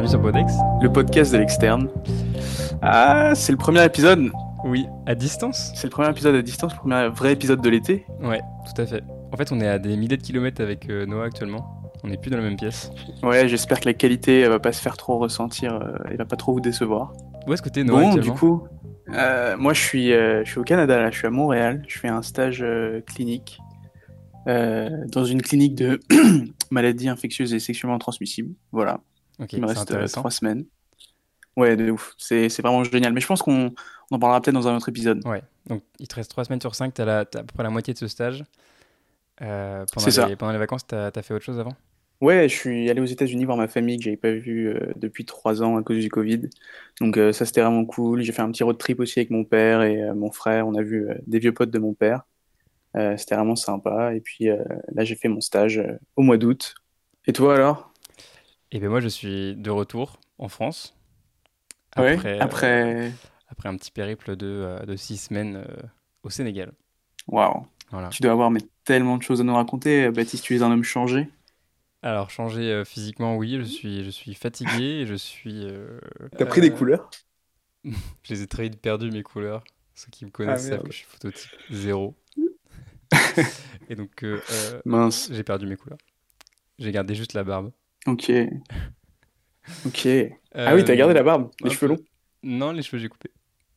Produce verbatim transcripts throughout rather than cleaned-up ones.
bienvenue sur Podex. Le podcast de l'externe. Ah, c'est le premier épisode. Oui, à distance. C'est le premier épisode à distance, le premier vrai épisode de l'été. Ouais, tout à fait. En fait, on est à des milliers de kilomètres avec euh, Noah actuellement. On n'est plus dans la même pièce. Ouais, j'espère que la qualité elle va pas se faire trop ressentir, euh, elle va pas trop vous décevoir. Où est-ce que t'es, Noah, Bon, actuellement? du coup, euh, moi je suis, euh, je suis au Canada, là, je suis à Montréal. Je fais un stage euh, clinique euh, dans une clinique de maladies infectieuses et sexuellement transmissibles. Voilà, Ok, il me c'est reste euh, intéressant. trois semaines. Ouais, de ouf, c'est c'est vraiment génial. Mais je pense qu'on on en parlera peut-être dans un autre épisode. Ouais, donc il te reste trois semaines sur cinq, t'as, la, t'as à peu près la moitié de ce stage. Euh, pendant C'est les, ça. pendant les vacances, t'as, t'as fait autre chose avant? Ouais, je suis allé aux États-Unis voir ma famille que j'avais pas vue euh, depuis trois ans à cause du Covid. Donc euh, ça c'était vraiment cool. J'ai fait un petit road trip aussi avec mon père et euh, mon frère. On a vu euh, des vieux potes de mon père. Euh, c'était vraiment sympa. Et puis euh, là j'ai fait mon stage euh, au mois d'août. Et toi alors? Et bien moi, je suis de retour en France, Ouais, après, euh, après. après un petit périple de, euh, de six semaines euh, au Sénégal. Waouh. Voilà. Tu dois avoir mais, tellement de choses à nous raconter. Baptiste, tu es un homme changé. Alors, changer euh, physiquement, oui, je suis, je suis fatigué, et je suis... euh, T'as pris des euh, couleurs? je les ai très vite perdu, mes couleurs. Ceux qui me Ah connaissent savent que merde. je suis phototype zéro. Et donc, euh, euh, Mince. j'ai perdu mes couleurs. J'ai gardé juste la barbe. Ok. Ok. Ah oui, t'as gardé Euh, la barbe, les un cheveux peu. longs. Non, les cheveux, j'ai coupé.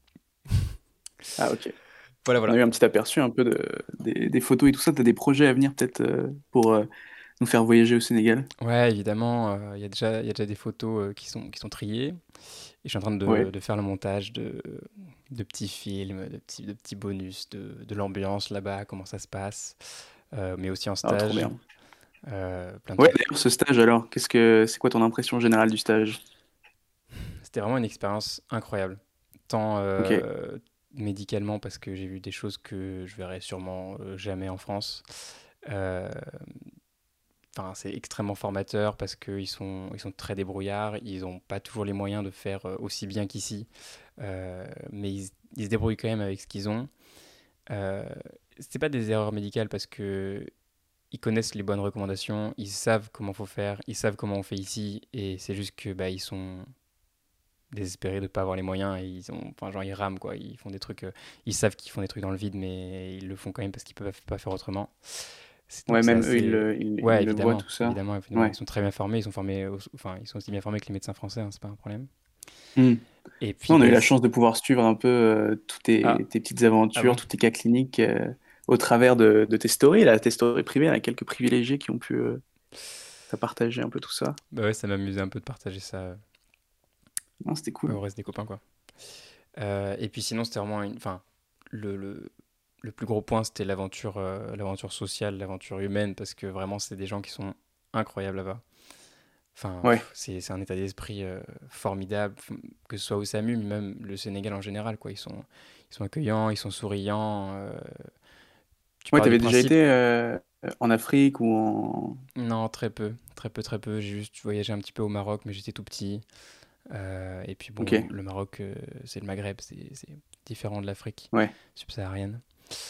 Ah ok. Voilà, On a voilà. eu un petit aperçu un peu de, des, des photos et tout ça. Tu as des projets à venir peut-être euh, pour euh, nous faire voyager au Sénégal? Ouais, évidemment, euh, il y a déjà, il y a déjà des photos euh, qui sont, qui sont triées. Et je suis en train de, Ouais. de faire le montage de, de petits films, de petits, de petits bonus, de, de l'ambiance là-bas, comment ça se passe. Euh, mais aussi en Ah, trop stage, bien. euh, plein de Ouais, trucs. d'ailleurs, ce stage alors, qu'est-ce que c'est quoi ton impression générale du stage? C'était vraiment une expérience incroyable. Tant Ok. euh, médicalement, parce que j'ai vu des choses que je verrai sûrement euh, jamais en France. Euh, Enfin, c'est extrêmement formateur parce qu'ils sont, ils sont très débrouillards. Ils n'ont pas toujours les moyens de faire euh, aussi bien qu'ici. Euh, mais ils, ils se débrouillent quand même avec ce qu'ils ont. Euh, c'est pas des erreurs médicales parce que ils connaissent les bonnes recommandations, ils savent comment faut faire, ils savent comment on fait ici, et c'est juste que bah ils sont désespérés de pas avoir les moyens et ils ont, enfin genre ils rament quoi, ils font des trucs, euh, ils savent qu'ils font des trucs dans le vide, mais ils le font quand même parce qu'ils peuvent pas faire autrement. C'est- Ouais, donc c'est même eux, ils assez, le, ils, ouais ils le voient évidemment, tout ça. évidemment, évidemment, ils Ouais. sont très bien formés, ils sont formés, au- enfin ils sont aussi bien formés que les médecins français, hein, c'est pas un problème. Hmm. Et Nous, puis on a eu ben la c- chance de pouvoir suivre un peu euh, toutes tes, ah tes petites ah aventures, bon, tous tes cas cliniques euh, au travers de, de tes stories, là, tes stories privées. Il y en a quelques privilégiés qui ont pu euh, t'as partagé un peu tout ça. bah ouais ça m'amusait un peu de partager ça euh, Non, c'était cool. au reste des copains quoi. Euh, et puis sinon, c'était vraiment une... Enfin, le, le, le plus gros point, c'était l'aventure euh, l'aventure sociale, l'aventure humaine, parce que vraiment, c'est des gens qui sont incroyables là-bas. Enfin, Ouais. pff, c'est c'est un état d'esprit euh, formidable, f- que ce soit au SAMU, mais même le Sénégal en général, quoi. Ils sont, ils sont accueillants, ils sont souriants. Euh, tu Ouais, pars du t'avais déjà principe... été euh, en Afrique ou en... Non, très peu, très peu, très peu. J'ai juste voyagé un petit peu au Maroc, mais j'étais tout petit. Euh, et puis Ok, bon, le Maroc, euh, c'est le Maghreb, c'est c'est différent de l'Afrique ouais. subsaharienne.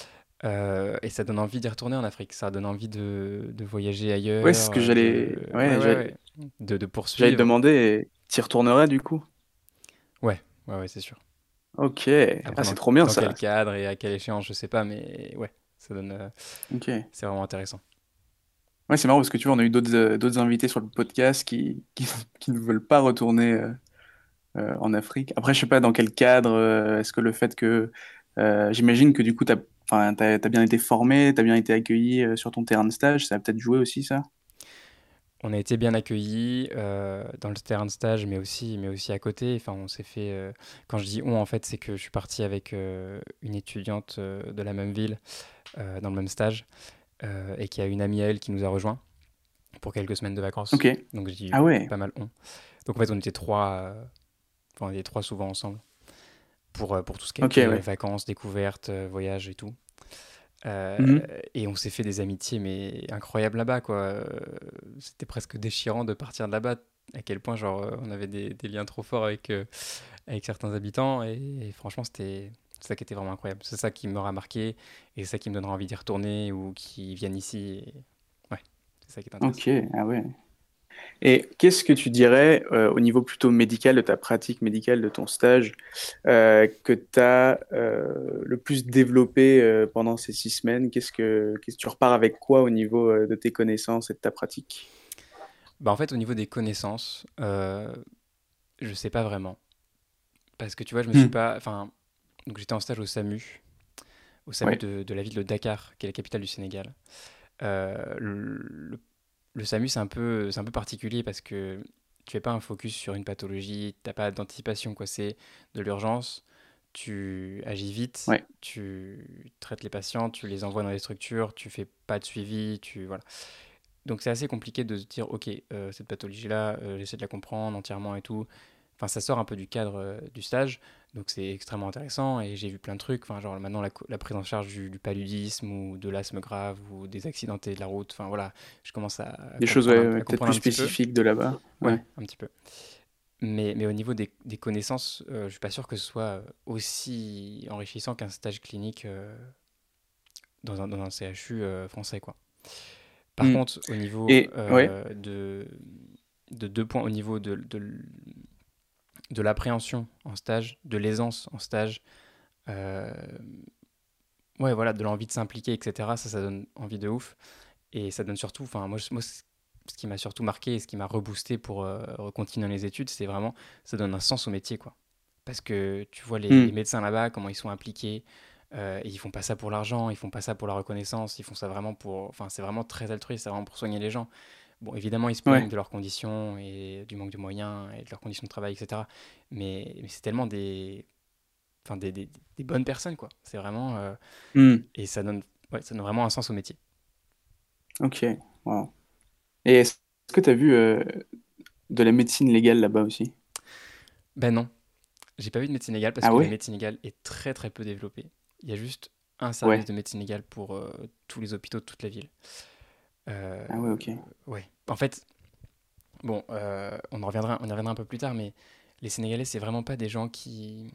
Euh, et ça donne envie d'y retourner en Afrique, ça donne envie de, de voyager Ouais, c'est ce ailleurs, que euh, de, j'allais... ouais, Ouais, ouais, j'allais ouais, de, de j'allais te poursuivre. demander, et t'y retournerais du coup? Ouais, ouais, ouais, c'est sûr. Ok. Ah, Après, c'est dans, trop bien dans quel ça. cadre et à quelle échéance, je sais pas, mais ouais, ça donne, euh, Ok. c'est vraiment intéressant. Ouais, c'est marrant parce que tu vois, on a eu d'autres euh, d'autres invités sur le podcast qui, qui, qui ne veulent pas retourner euh, euh, en Afrique. Après, je sais pas dans quel cadre, euh, est-ce que le fait que... euh, j'imagine que du coup, t'as, enfin, t'as, t'as bien été formé, t'as bien été accueilli euh, sur ton terrain de stage, ça a peut-être joué aussi ça? On a été bien accueillis euh, dans le terrain de stage, mais aussi, mais aussi à côté. Enfin, on s'est fait. Euh, quand je dis on, en fait, c'est que je suis parti avec euh, une étudiante euh, de la même ville euh, dans le même stage euh, et qui a une amie à elle qui nous a rejoints pour quelques semaines de vacances. Ok. Donc j'ai dit Ah ouais. pas mal on. Donc en fait, on était trois, euh, enfin, on était trois souvent ensemble pour, euh, pour tout ce qui Ok, était euh, ouais. vacances, découvertes, euh, voyages et tout. Euh, Mhm. et on s'est fait des amitiés, mais incroyables là-bas, quoi. Euh, C'était presque déchirant de partir de là-bas, à quel point, genre, euh, on avait des, des liens trop forts avec, euh, avec certains habitants. Et, et franchement, c'était c'est ça qui était vraiment incroyable. C'est ça qui m'aura marqué, et c'est ça qui me donnera envie d'y retourner ou qui viennent ici. Et... Ouais, c'est ça qui est intéressant. Ok, ah ouais. Et qu'est-ce que tu dirais euh, au niveau plutôt médical de ta pratique médicale, de ton stage, euh, que tu as euh, le plus développé euh, pendant ces six semaines? Qu'est-ce que, qu'est-ce que tu repars avec quoi au niveau euh, de tes connaissances et de ta pratique? Bah, en fait, au niveau des connaissances, euh, je sais pas vraiment. Parce que tu vois, je me suis Hmm. pas. Enfin, donc j'étais en stage au SAMU, au SAMU Ouais, de, de la ville de Dakar, qui est la capitale du Sénégal. Euh, le, le- le SAMU, c'est un peu, c'est un peu particulier parce que tu fais pas un focus sur une pathologie, t'as pas d'anticipation, quoi. C'est de l'urgence, tu agis vite, ouais. tu traites les patients, tu les envoies dans les structures, tu fais pas de suivi, tu voilà. Donc c'est assez compliqué de se dire, ok, euh, cette pathologie-là, euh, j'essaie de la comprendre entièrement et tout. Enfin, ça sort un peu du cadre euh, du stage, donc c'est extrêmement intéressant et j'ai vu plein de trucs. Enfin, genre maintenant la, co- la prise en charge du, du paludisme ou de l'asthme grave ou des accidentés de la route. Enfin voilà, je commence à, à Des choses comprendre ouais, un, ouais, à peut-être comprendre plus un petit peu. spécifiques de là-bas. Ouais, Ouais. un petit peu. Mais, mais au niveau des, des connaissances, euh, je suis pas sûr que ce soit euh, aussi enrichissant qu'un stage clinique euh, dans un, dans un C H U euh, français, quoi. Par Hmm. contre, au niveau Et ouais, euh, de, de deux points, au niveau de, de, de l'appréhension en stage, de l'aisance en stage, euh, ouais, voilà, de l'envie de s'impliquer, et cetera. Ça, ça donne envie de ouf. Et ça donne surtout, enfin, moi, moi ce qui m'a surtout marqué et ce qui m'a reboosté pour euh, continuer dans les études, c'est vraiment, ça donne un sens au métier, quoi. Parce que tu vois les, les hmm. médecins là-bas, comment ils sont impliqués. Euh, et ils font pas ça pour l'argent, ils font pas ça pour la reconnaissance, ils font ça vraiment pour. Enfin, c'est vraiment très altruiste, c'est vraiment pour soigner les gens. Bon, évidemment, ils se plaignent Ouais. de leurs conditions et du manque de moyens et de leurs conditions de travail, et cetera. Mais, mais c'est tellement des, enfin, des, des, des bonnes personnes, quoi. C'est vraiment. euh, Hmm. et ça donne, ouais, ça donne vraiment un sens au métier. Ok. Wow. Et est-ce que tu as vu euh, de la médecine légale là-bas aussi? Ben non, j'ai pas vu de médecine légale parce Ah que la ouais? médecine légale est très très peu développée. Il y a juste un service Ouais. de médecine légale pour euh, tous les hôpitaux de toute la ville. Euh, Ah ouais, ok. ouais. En fait, bon, euh, on en reviendra, on y reviendra un peu plus tard, mais les Sénégalais, c'est vraiment pas des gens qui.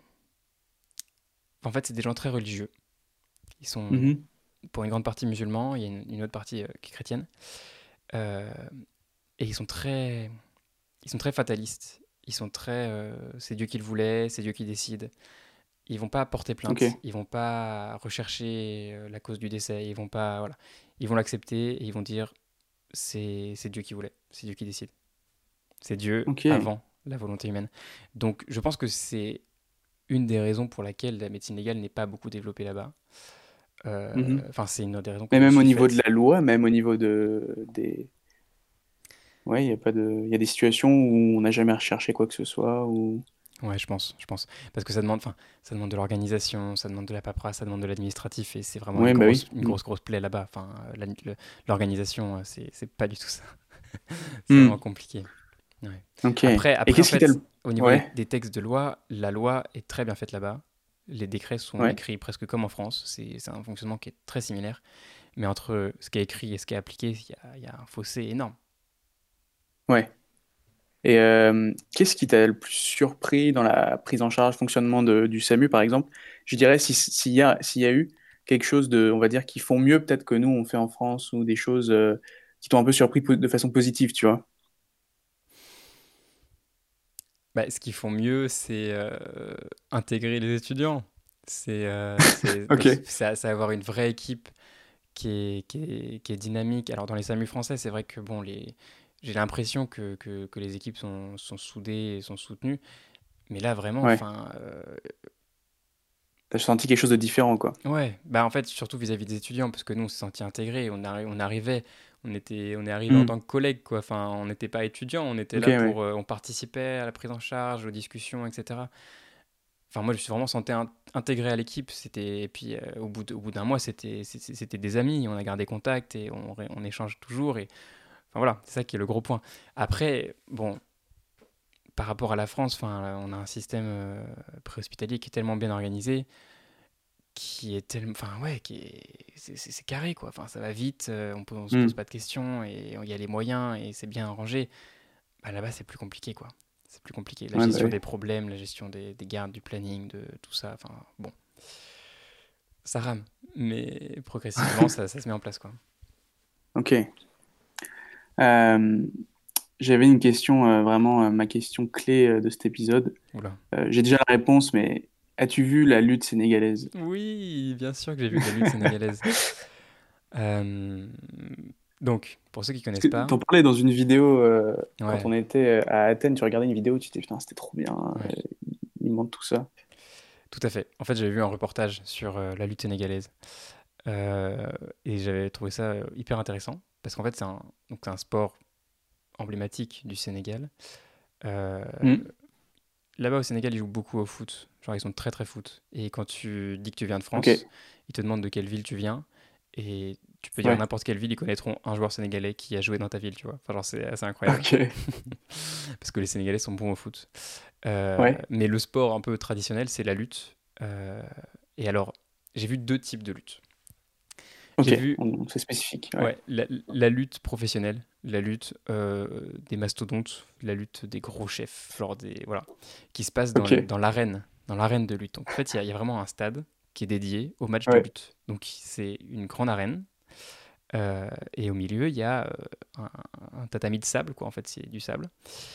En fait, c'est des gens très religieux. Ils sont, Mhm. pour une grande partie, musulmans. Il y a une, une autre partie euh, qui est chrétienne. Euh, et ils sont très, ils sont très fatalistes. Ils sont très, euh, c'est Dieu qui le voulait, c'est Dieu qui décide. Ils vont pas porter Ok. plainte, ils vont pas rechercher euh, la cause du décès, ils vont pas, voilà, ils vont l'accepter et ils vont dire c'est c'est Dieu qui voulait, c'est Dieu qui décide, c'est Dieu Ok. avant la volonté humaine. Donc je pense que c'est une des raisons pour laquelle la médecine légale n'est pas beaucoup développée là-bas. Euh, Mhm. Enfin, c'est une des raisons que Mais je me même au suis niveau de faite. la loi, même au niveau de des. Ouais, il y a pas de. Il y a des situations où on n'a jamais recherché quoi que ce soit. Ou. Ouais, je pense, je pense. Parce que ça demande, enfin, ça demande de l'organisation, ça demande de la paperasse, ça demande de l'administratif, et c'est vraiment une Ouais, bah grosse, oui. une Hmm. grosse, grosse plaie là-bas. Enfin, euh, la- le- l'organisation, euh, c'est, c'est pas du tout ça. C'est vraiment Hmm. compliqué. Ouais. Ok. Après, Et après, en qu'est-ce qui t'a fait, le. au niveau des, Ouais. des textes de loi, la loi est très bien faite là-bas. Les décrets sont Ouais. écrits presque comme en France. C'est, c'est un fonctionnement qui est très similaire. Mais entre ce qui est écrit et ce qui est appliqué, il y a, il y a un fossé énorme. Ouais. Et euh, qu'est-ce qui t'a le plus surpris dans la prise en charge, fonctionnement de- du SAMU, par exemple? Je dirais si- s'il y a, s'il y a eu quelque chose de, on va dire, qui font mieux peut-être que nous, on fait en France, ou des choses euh, qui t'ont un peu surpris po- de façon positive, tu vois? Bah, ce qu'ils font mieux, c'est euh, intégrer les étudiants. C'est euh, c'est Ok. c'est- c'est avoir une vraie équipe qui est, qui est, qui est dynamique. Alors, dans les SAMU français, c'est vrai que bon, les, j'ai l'impression que, que, que les équipes sont, sont soudées et sont soutenues. Mais là, vraiment, Ouais. enfin, euh, T'as senti quelque chose de différent, quoi. ouais, bah en fait, surtout vis-à-vis des étudiants, parce que nous, on s'est sentis intégrés, on, arri- on arrivait, on était, on est arrivé en Hmm. tant que collègues, quoi. Enfin, on n'était pas étudiants, on était Ok, là ouais. pour, euh, on participait à la prise en charge, aux discussions, et cetera. Enfin, moi, je me suis vraiment senti in- intégré à l'équipe. C'était, et puis, euh, au bout de- au bout d'un mois, c'était, c'était c'était des amis, on a gardé contact et on, ré- on échange toujours. Et, enfin, voilà, c'est ça qui est le gros point. Après, bon, par rapport à la France, enfin, on a un système euh, préhospitalier qui est tellement bien organisé qui est tellement, enfin ouais, qui est, c'est c'est- c'est carré quoi. Enfin, ça va vite, euh, on peut, on se pose Hmm. pas de questions et il y a les moyens et c'est bien arrangé. Bah, là-bas, c'est plus compliqué quoi. C'est plus compliqué. La Ouais, bah gestion oui. des problèmes, la gestion des, des gardes, du planning, de tout ça. Enfin, bon, ça rame, mais progressivement, ça, ça se met en place quoi. Ok. Euh, j'avais une question, euh, vraiment euh, ma question clé euh, de cet épisode. Oula. Euh, j'ai déjà la réponse, mais as-tu vu la lutte sénégalaise? Oui, bien sûr que j'ai vu de la lutte sénégalaise. Euh, Donc, pour ceux qui Parce connaissent que pas, t'en parlais dans une vidéo euh, quand ouais, on était euh, à Athènes, tu regardais une vidéo, tu disais putain, c'était trop bien, ouais, euh, il montre tout ça. tout à fait. En fait, j'avais vu un reportage sur euh, la lutte sénégalaise euh, et j'avais trouvé ça euh, hyper intéressant parce qu'en fait, c'est un, donc, c'est un sport emblématique du Sénégal. Euh, Hmm. Là-bas au Sénégal, ils jouent beaucoup au foot. Genre, ils sont très très foot. Et quand tu dis que tu viens de Ok, France, ils te demandent de quelle ville tu viens. Et tu peux dire ouais, n'importe quelle ville, ils connaîtront un joueur sénégalais qui a joué dans ta ville, tu vois. Enfin, genre, c'est assez incroyable. ok, Parce que les Sénégalais sont bons au foot. Euh, ouais, mais le sport un peu traditionnel, c'est la lutte. Euh, et alors, j'ai vu deux types de lutte. J'ai ok, vu, on- c'est spécifique, ouais, ouais, la, la lutte professionnelle, la lutte euh, des mastodontes, la lutte des gros chefs, genre des, voilà, qui se passe dans, ok, l- dans l'arène, dans l'arène de lutte. Donc en fait, il y, a il y a vraiment un stade qui est dédié au match de ouais, lutte. Donc c'est une grande arène. Euh, et au milieu, il y a euh, un, un tatami de sable, quoi. En fait, c'est du sable.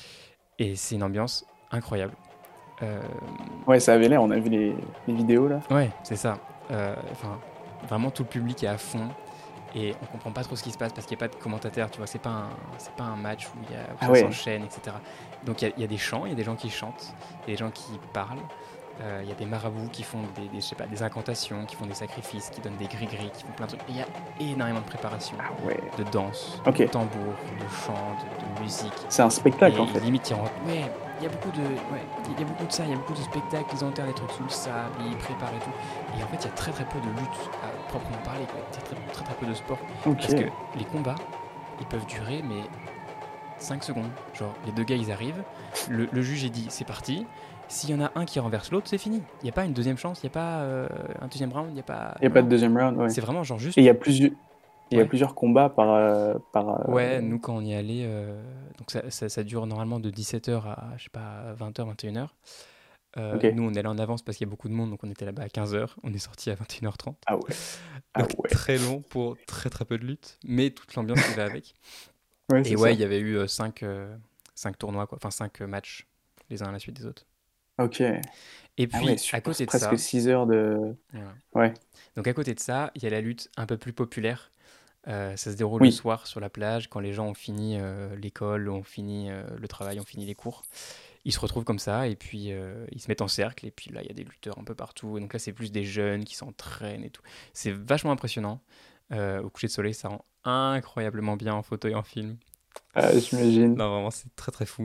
Et c'est une ambiance incroyable. Euh, ouais, ça avait l'air, on a vu les, les vidéos là. ouais, c'est ça. Euh, Enfin, vraiment tout le public est à fond. Et on comprend pas trop ce qui se passe parce qu'il n'y a pas de commentateur, tu vois, c'est pas un, c'est pas un match où, il y a, où Ah ça ouais, s'enchaîne, et cetera. Donc il y, a- il y a des chants, il y a des gens qui chantent, il y a des gens qui parlent, euh, il y a des marabouts qui font des, des, je sais pas, des incantations, qui font des sacrifices, qui donnent des gris-gris, qui font plein de trucs. Et il y a énormément de préparation, ah ouais, de danse, de ok, tambour, de chant, de, de musique. c'est un spectacle Et en fait. limite, il rentre. Ouais, il y a beaucoup de, ouais, il y a beaucoup de ça, il y a beaucoup de spectacles, ils enterrent des trucs sous le sable, ils préparent et tout. Et en fait, il y a très très peu de lutte à proprement parler, quoi. Il y a très, très très peu de sport. Parce que Ok, les combats, ils peuvent durer, mais cinq secondes. Genre, les deux gars, ils arrivent, le, le juge, il dit, c'est parti. S'il y en a un qui renverse l'autre, c'est fini. Il n'y a pas une deuxième chance, il n'y a pas euh, un deuxième round, il n'y a pas. il n'y a Non, pas de non. deuxième round, ouais. C'est vraiment genre Et il y juste. a plusieurs, il y a Ouais. plusieurs combats par, euh, par, euh, Ouais, nous, quand on y allait, euh, donc ça, ça, ça dure normalement de dix-sept heures à, je sais pas, vingt heures, vingt et une heures. Euh, ok, nous, on est allé en avance parce qu'il y a beaucoup de monde, donc on était là-bas à quinze heures. On est sorti à vingt et une heures trente. ah ouais, ah Donc ouais, très long pour très très peu de lutte, mais toute l'ambiance qui va avec. ouais, Et c'est ouais, il ça. y avait eu cinq tournois, quoi. Enfin cinq matchs, les uns à la suite des autres. Ok, Et ah ouais, puis, à super, c'est côté de presque ça, six heures de, voilà. ouais, Donc à côté de ça, il y a la lutte un peu plus populaire. Euh, ça se déroule le oui, soir sur la plage, quand les gens ont fini euh, l'école, ont fini euh, le travail, ont fini les cours. Ils se retrouvent comme ça, et puis euh, ils se mettent en cercle, et puis là, il y a des lutteurs un peu partout. Et donc là, c'est plus des jeunes qui s'entraînent et tout. C'est vachement impressionnant. Euh, au coucher de soleil, ça rend incroyablement bien en photo et en film. ah, j'imagine. Non, vraiment, c'est très très fou.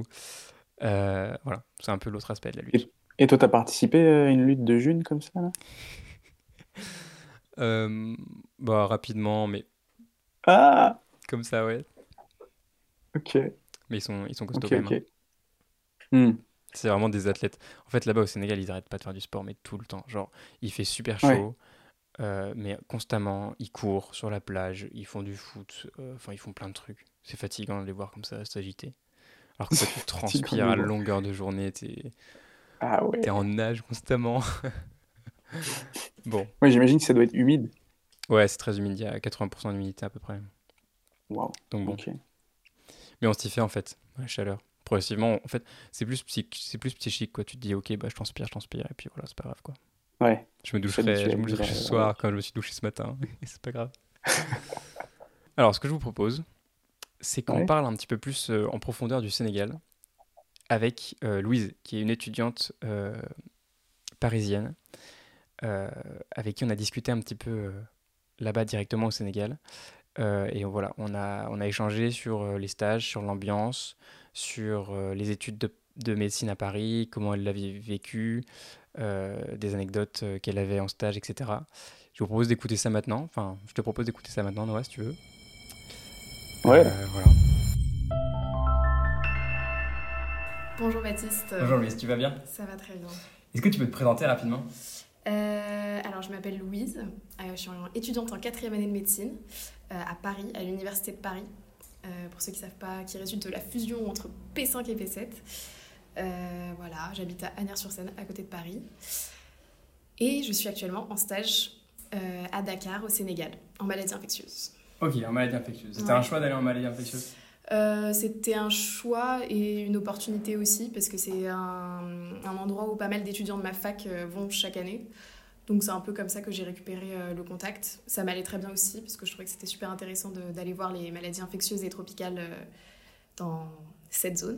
Euh, voilà, c'est un peu l'autre aspect de la lutte. Et, et toi, t'as participé à une lutte de jeunes comme ça, là? Euh, Bah, rapidement, mais Ah, comme ça, ouais. ok, Mais ils sont, ils sont costauds ok, quand même, hein. ok. Hmm. C'est vraiment des athlètes. En fait, là-bas au Sénégal, ils arrêtent pas de faire du sport, mais tout le temps. Genre, il fait super Ouais. chaud, euh, mais constamment, ils courent sur la plage, ils font du foot, euh, enfin, ils font plein de trucs. C'est fatigant de les voir comme ça, s'agiter. Alors que toi, tu C'est fatigant de transpires les à voir. longueur de journée, t'es, Ah t'es en ouais. nage constamment. Bon, Ouais, j'imagine que ça doit être humide. ouais, c'est très humide, il y a quatre-vingts pour cent d'humidité à peu près. Waouh, Donc bon. ok. Mais on s'y fait en fait, la chaleur. Progressivement, en fait, c'est plus, psych- c'est plus psychique, quoi. Tu te dis, ok, bah, je transpire, je transpire, et puis voilà, c'est pas grave, quoi. Ouais, Je me tu t'habitues doucherai, je à me vivre doucherai ce euh, soir avec. quand je me suis douché ce matin, et c'est pas grave. Alors, ce que je vous propose, c'est qu'on Ouais, parle un petit peu plus euh, en profondeur du Sénégal avec euh, Louise, qui est une étudiante euh, parisienne, euh, avec qui on a discuté un petit peu euh, là-bas directement au Sénégal. Euh, et voilà, on a, on a échangé sur euh, les stages, sur l'ambiance, sur euh, les études de, de médecine à Paris, comment elle l'avait vécu, euh, des anecdotes euh, qu'elle avait en stage, et cetera. Je vous propose d'écouter ça maintenant. Enfin, je te propose d'écouter ça maintenant, Noah, si tu veux. ouais. Euh, voilà. Bonjour Baptiste, Bonjour Louise, tu vas bien? ça va très bien. Est-ce que tu peux te présenter rapidement? Euh, alors je m'appelle Louise, euh, je suis étudiante en quatrième année de médecine euh, à Paris, à l'université de Paris. Euh, pour ceux qui ne savent pas, qui résulte de la fusion entre P cinq et P sept. Euh, voilà, j'habite à Asnières-sur-Seine, à côté de Paris. Et je suis actuellement en stage euh, à Dakar, au Sénégal, en maladies infectieuses. Ok, en maladie infectieuse. C'était Ouais. un choix d'aller en maladie infectieuse? Euh, c'était un choix et une opportunité aussi, parce que c'est un, un endroit où pas mal d'étudiants de ma fac euh, vont chaque année. Donc c'est un peu comme ça que j'ai récupéré euh, le contact. Ça m'allait très bien aussi, parce que je trouvais que c'était super intéressant de, d'aller voir les maladies infectieuses et tropicales euh, dans cette zone.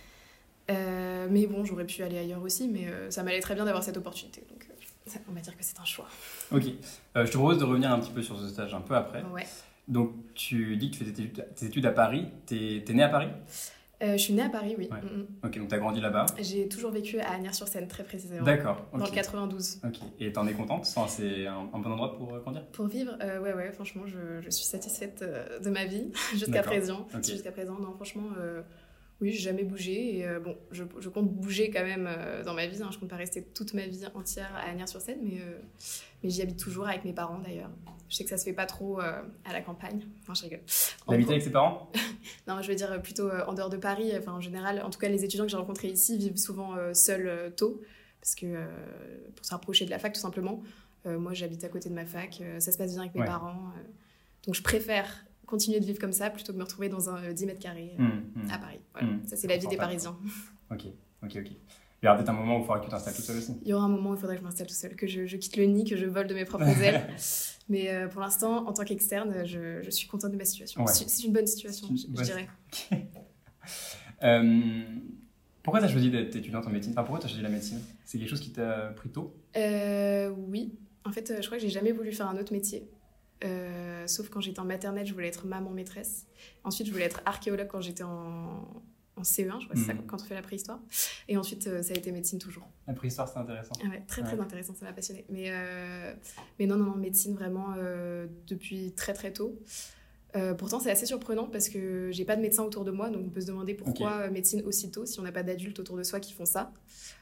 Euh, mais bon, j'aurais pu aller ailleurs aussi, mais euh, ça m'allait très bien d'avoir cette opportunité. Donc euh, ça, on va dire que c'est un choix. Ok. Euh, je te propose de revenir un petit peu sur ce stage un peu après. Ouais. Donc tu dis que tu fais tes études, tes études à Paris. T'es, t'es née à Paris? Euh, je suis née à Paris, oui. Ouais. Mm-hmm. Ok, donc tu as grandi là-bas. J'ai toujours vécu à Agnières-sur-Seine, très précisément. D'accord. Dans okay. le quatre-vingt-douze. Ok. Et t'en es contente? Enfin, c'est un, un bon endroit pour euh, grandir? Pour vivre, euh, ouais, ouais, franchement, je, je suis satisfaite euh, de ma vie jusqu'à D'accord. présent. Okay. Jusqu'à présent, non, franchement, euh, oui, j'ai jamais bougé. Et euh, bon, je, je compte bouger quand même euh, dans ma vie. Hein, je compte pas rester toute ma vie entière à Agnières-sur-Seine, mais, euh, mais j'y habite toujours avec mes parents d'ailleurs. Je sais que ça se fait pas trop euh, à la campagne. Enfin, je rigole. D'habiter avec ses parents? Non, je veux dire plutôt euh, en dehors de Paris. Enfin, en général, en tout cas, les étudiants que j'ai rencontrés ici vivent souvent euh, seuls euh, tôt, parce que euh, pour se rapprocher de la fac, tout simplement. Euh, moi, j'habite à côté de ma fac. Euh, ça se passe bien avec mes ouais. parents. Euh, donc, je préfère continuer de vivre comme ça plutôt que me retrouver dans un euh, dix mètres carrés euh, mmh, mmh. à Paris. Voilà. Mmh. Ça, c'est la vie des Parisiens. Ok, ok, ok. Il y aura peut-être un moment où il faudra que tu t'installes toute seule aussi. Il y aura un moment où il faudra que je m'installe tout seul, que je, je quitte le nid, que je vole de mes propres ailes. Mais euh, pour l'instant, en tant qu'externe, je, je suis contente de ma situation. Ouais. C'est, c'est une bonne situation, une je, bonne... je dirais. Okay. euh, pourquoi tu as choisi d'être étudiante en médecine? Enfin, pourquoi tu as choisi la médecine? C'est quelque chose qui t'a pris tôt? euh, Oui. En fait, je crois que j'ai jamais voulu faire un autre métier. Euh, sauf quand j'étais en maternelle, je voulais être maman maîtresse. Ensuite, je voulais être archéologue quand j'étais en... en C E un, je crois que c'est mmh. ça, quand on fait la préhistoire. Et ensuite, euh, ça a été médecine toujours. La préhistoire, c'est intéressant. Ah ouais, très très ouais. intéressant, ça m'a passionné. Mais, euh, mais non, non, non, médecine vraiment euh, depuis très très tôt. Euh, pourtant, c'est assez surprenant parce que j'ai pas de médecin autour de moi, donc on peut se demander pourquoi okay. médecine aussitôt si on n'a pas d'adultes autour de soi qui font ça.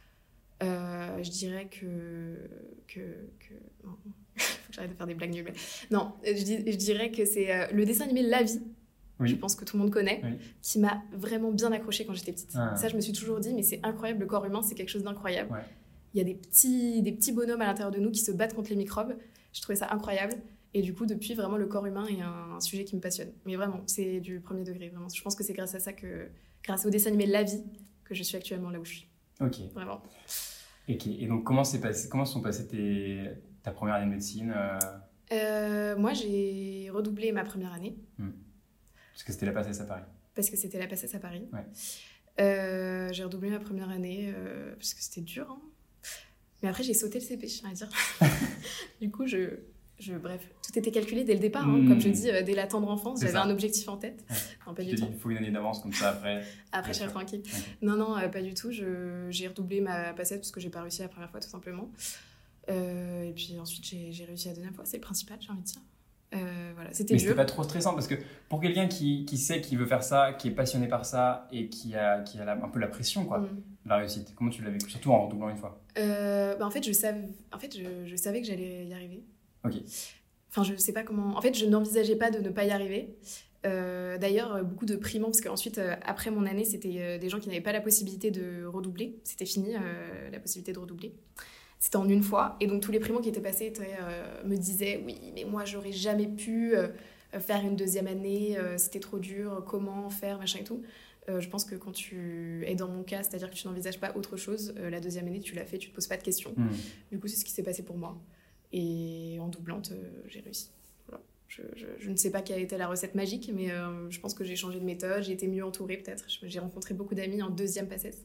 Euh, je dirais que... que, que... Non. Faut que j'arrête de faire des blagues nulles. Non, je, dis, je dirais que c'est euh, le dessin animé La Vie. Oui. Je pense que tout le monde connaît, oui. qui m'a vraiment bien accrochée quand j'étais petite. Ah. Ça, je me suis toujours dit, mais c'est incroyable, le corps humain, c'est quelque chose d'incroyable. Ouais. Il y a des petits, des petits bonhommes à l'intérieur de nous qui se battent contre les microbes. Je trouvais ça incroyable. Et du coup, depuis, vraiment, le corps humain est un, un sujet qui me passionne. Mais vraiment, c'est du premier degré. Vraiment. Je pense que c'est grâce à ça, que, grâce au dessin animé La Vie, que je suis actuellement là où je suis. Ok. Vraiment. Ok. Et donc, comment, c'est passé, comment sont passées tes, ta première année de médecine euh... Euh, Moi, j'ai redoublé ma première année. Hmm. Parce que c'était la PACES à Paris. Parce que c'était la PACES à Paris. Ouais. Euh, j'ai redoublé ma première année euh, parce que c'était dur. Hein. Mais après, j'ai sauté le C P, je tiens à dire. Du coup, je, je, bref, tout était calculé dès le départ. Hein, mmh. Comme je dis, euh, dès la tendre enfance, c'est j'avais ça. Un objectif en tête. Ouais. Non, pas tu du te tout. dis, il faut une année d'avance comme ça après. Après, je serai tranquille. Okay. Non, non, euh, pas du tout. Je, j'ai redoublé ma PACES parce que j'ai pas réussi la première fois, tout simplement. Euh, et puis ensuite, j'ai, j'ai réussi la deuxième fois. C'est le principal, j'ai envie de dire. Euh, voilà, c'était mais dur. C'était pas trop stressant parce que pour quelqu'un qui, qui sait qu'il veut faire ça, qui est passionné par ça et qui a, qui a la, un peu la pression quoi, mm. la réussite, comment tu l'as vécu, surtout en redoublant une fois? euh, bah en fait, je savais, en fait je, je savais que j'allais y arriver. Ok. Enfin, je sais pas comment. En fait, je n'envisageais pas de ne pas y arriver. Euh, d'ailleurs, beaucoup de primants, parce qu'ensuite, euh, après mon année, c'était euh, des gens qui n'avaient pas la possibilité de redoubler. C'était fini, euh, la possibilité de redoubler. C'était en une fois. Et donc, tous les primants qui étaient passés étaient, euh, me disaient « Oui, mais moi, j'aurais jamais pu euh, faire une deuxième année. Euh, c'était trop dur. Comment faire, machin et tout. Euh, » Je pense que quand tu es dans mon cas, c'est-à-dire que tu n'envisages pas autre chose, euh, la deuxième année, tu l'as fait, tu ne te poses pas de questions. Mmh. Du coup, c'est ce qui s'est passé pour moi. Et en doublante, euh, j'ai réussi. Voilà. Je, je, je ne sais pas quelle était la recette magique, mais euh, je pense que j'ai changé de méthode. J'ai été mieux entourée, peut-être. J'ai rencontré beaucoup d'amis en deuxième PACES.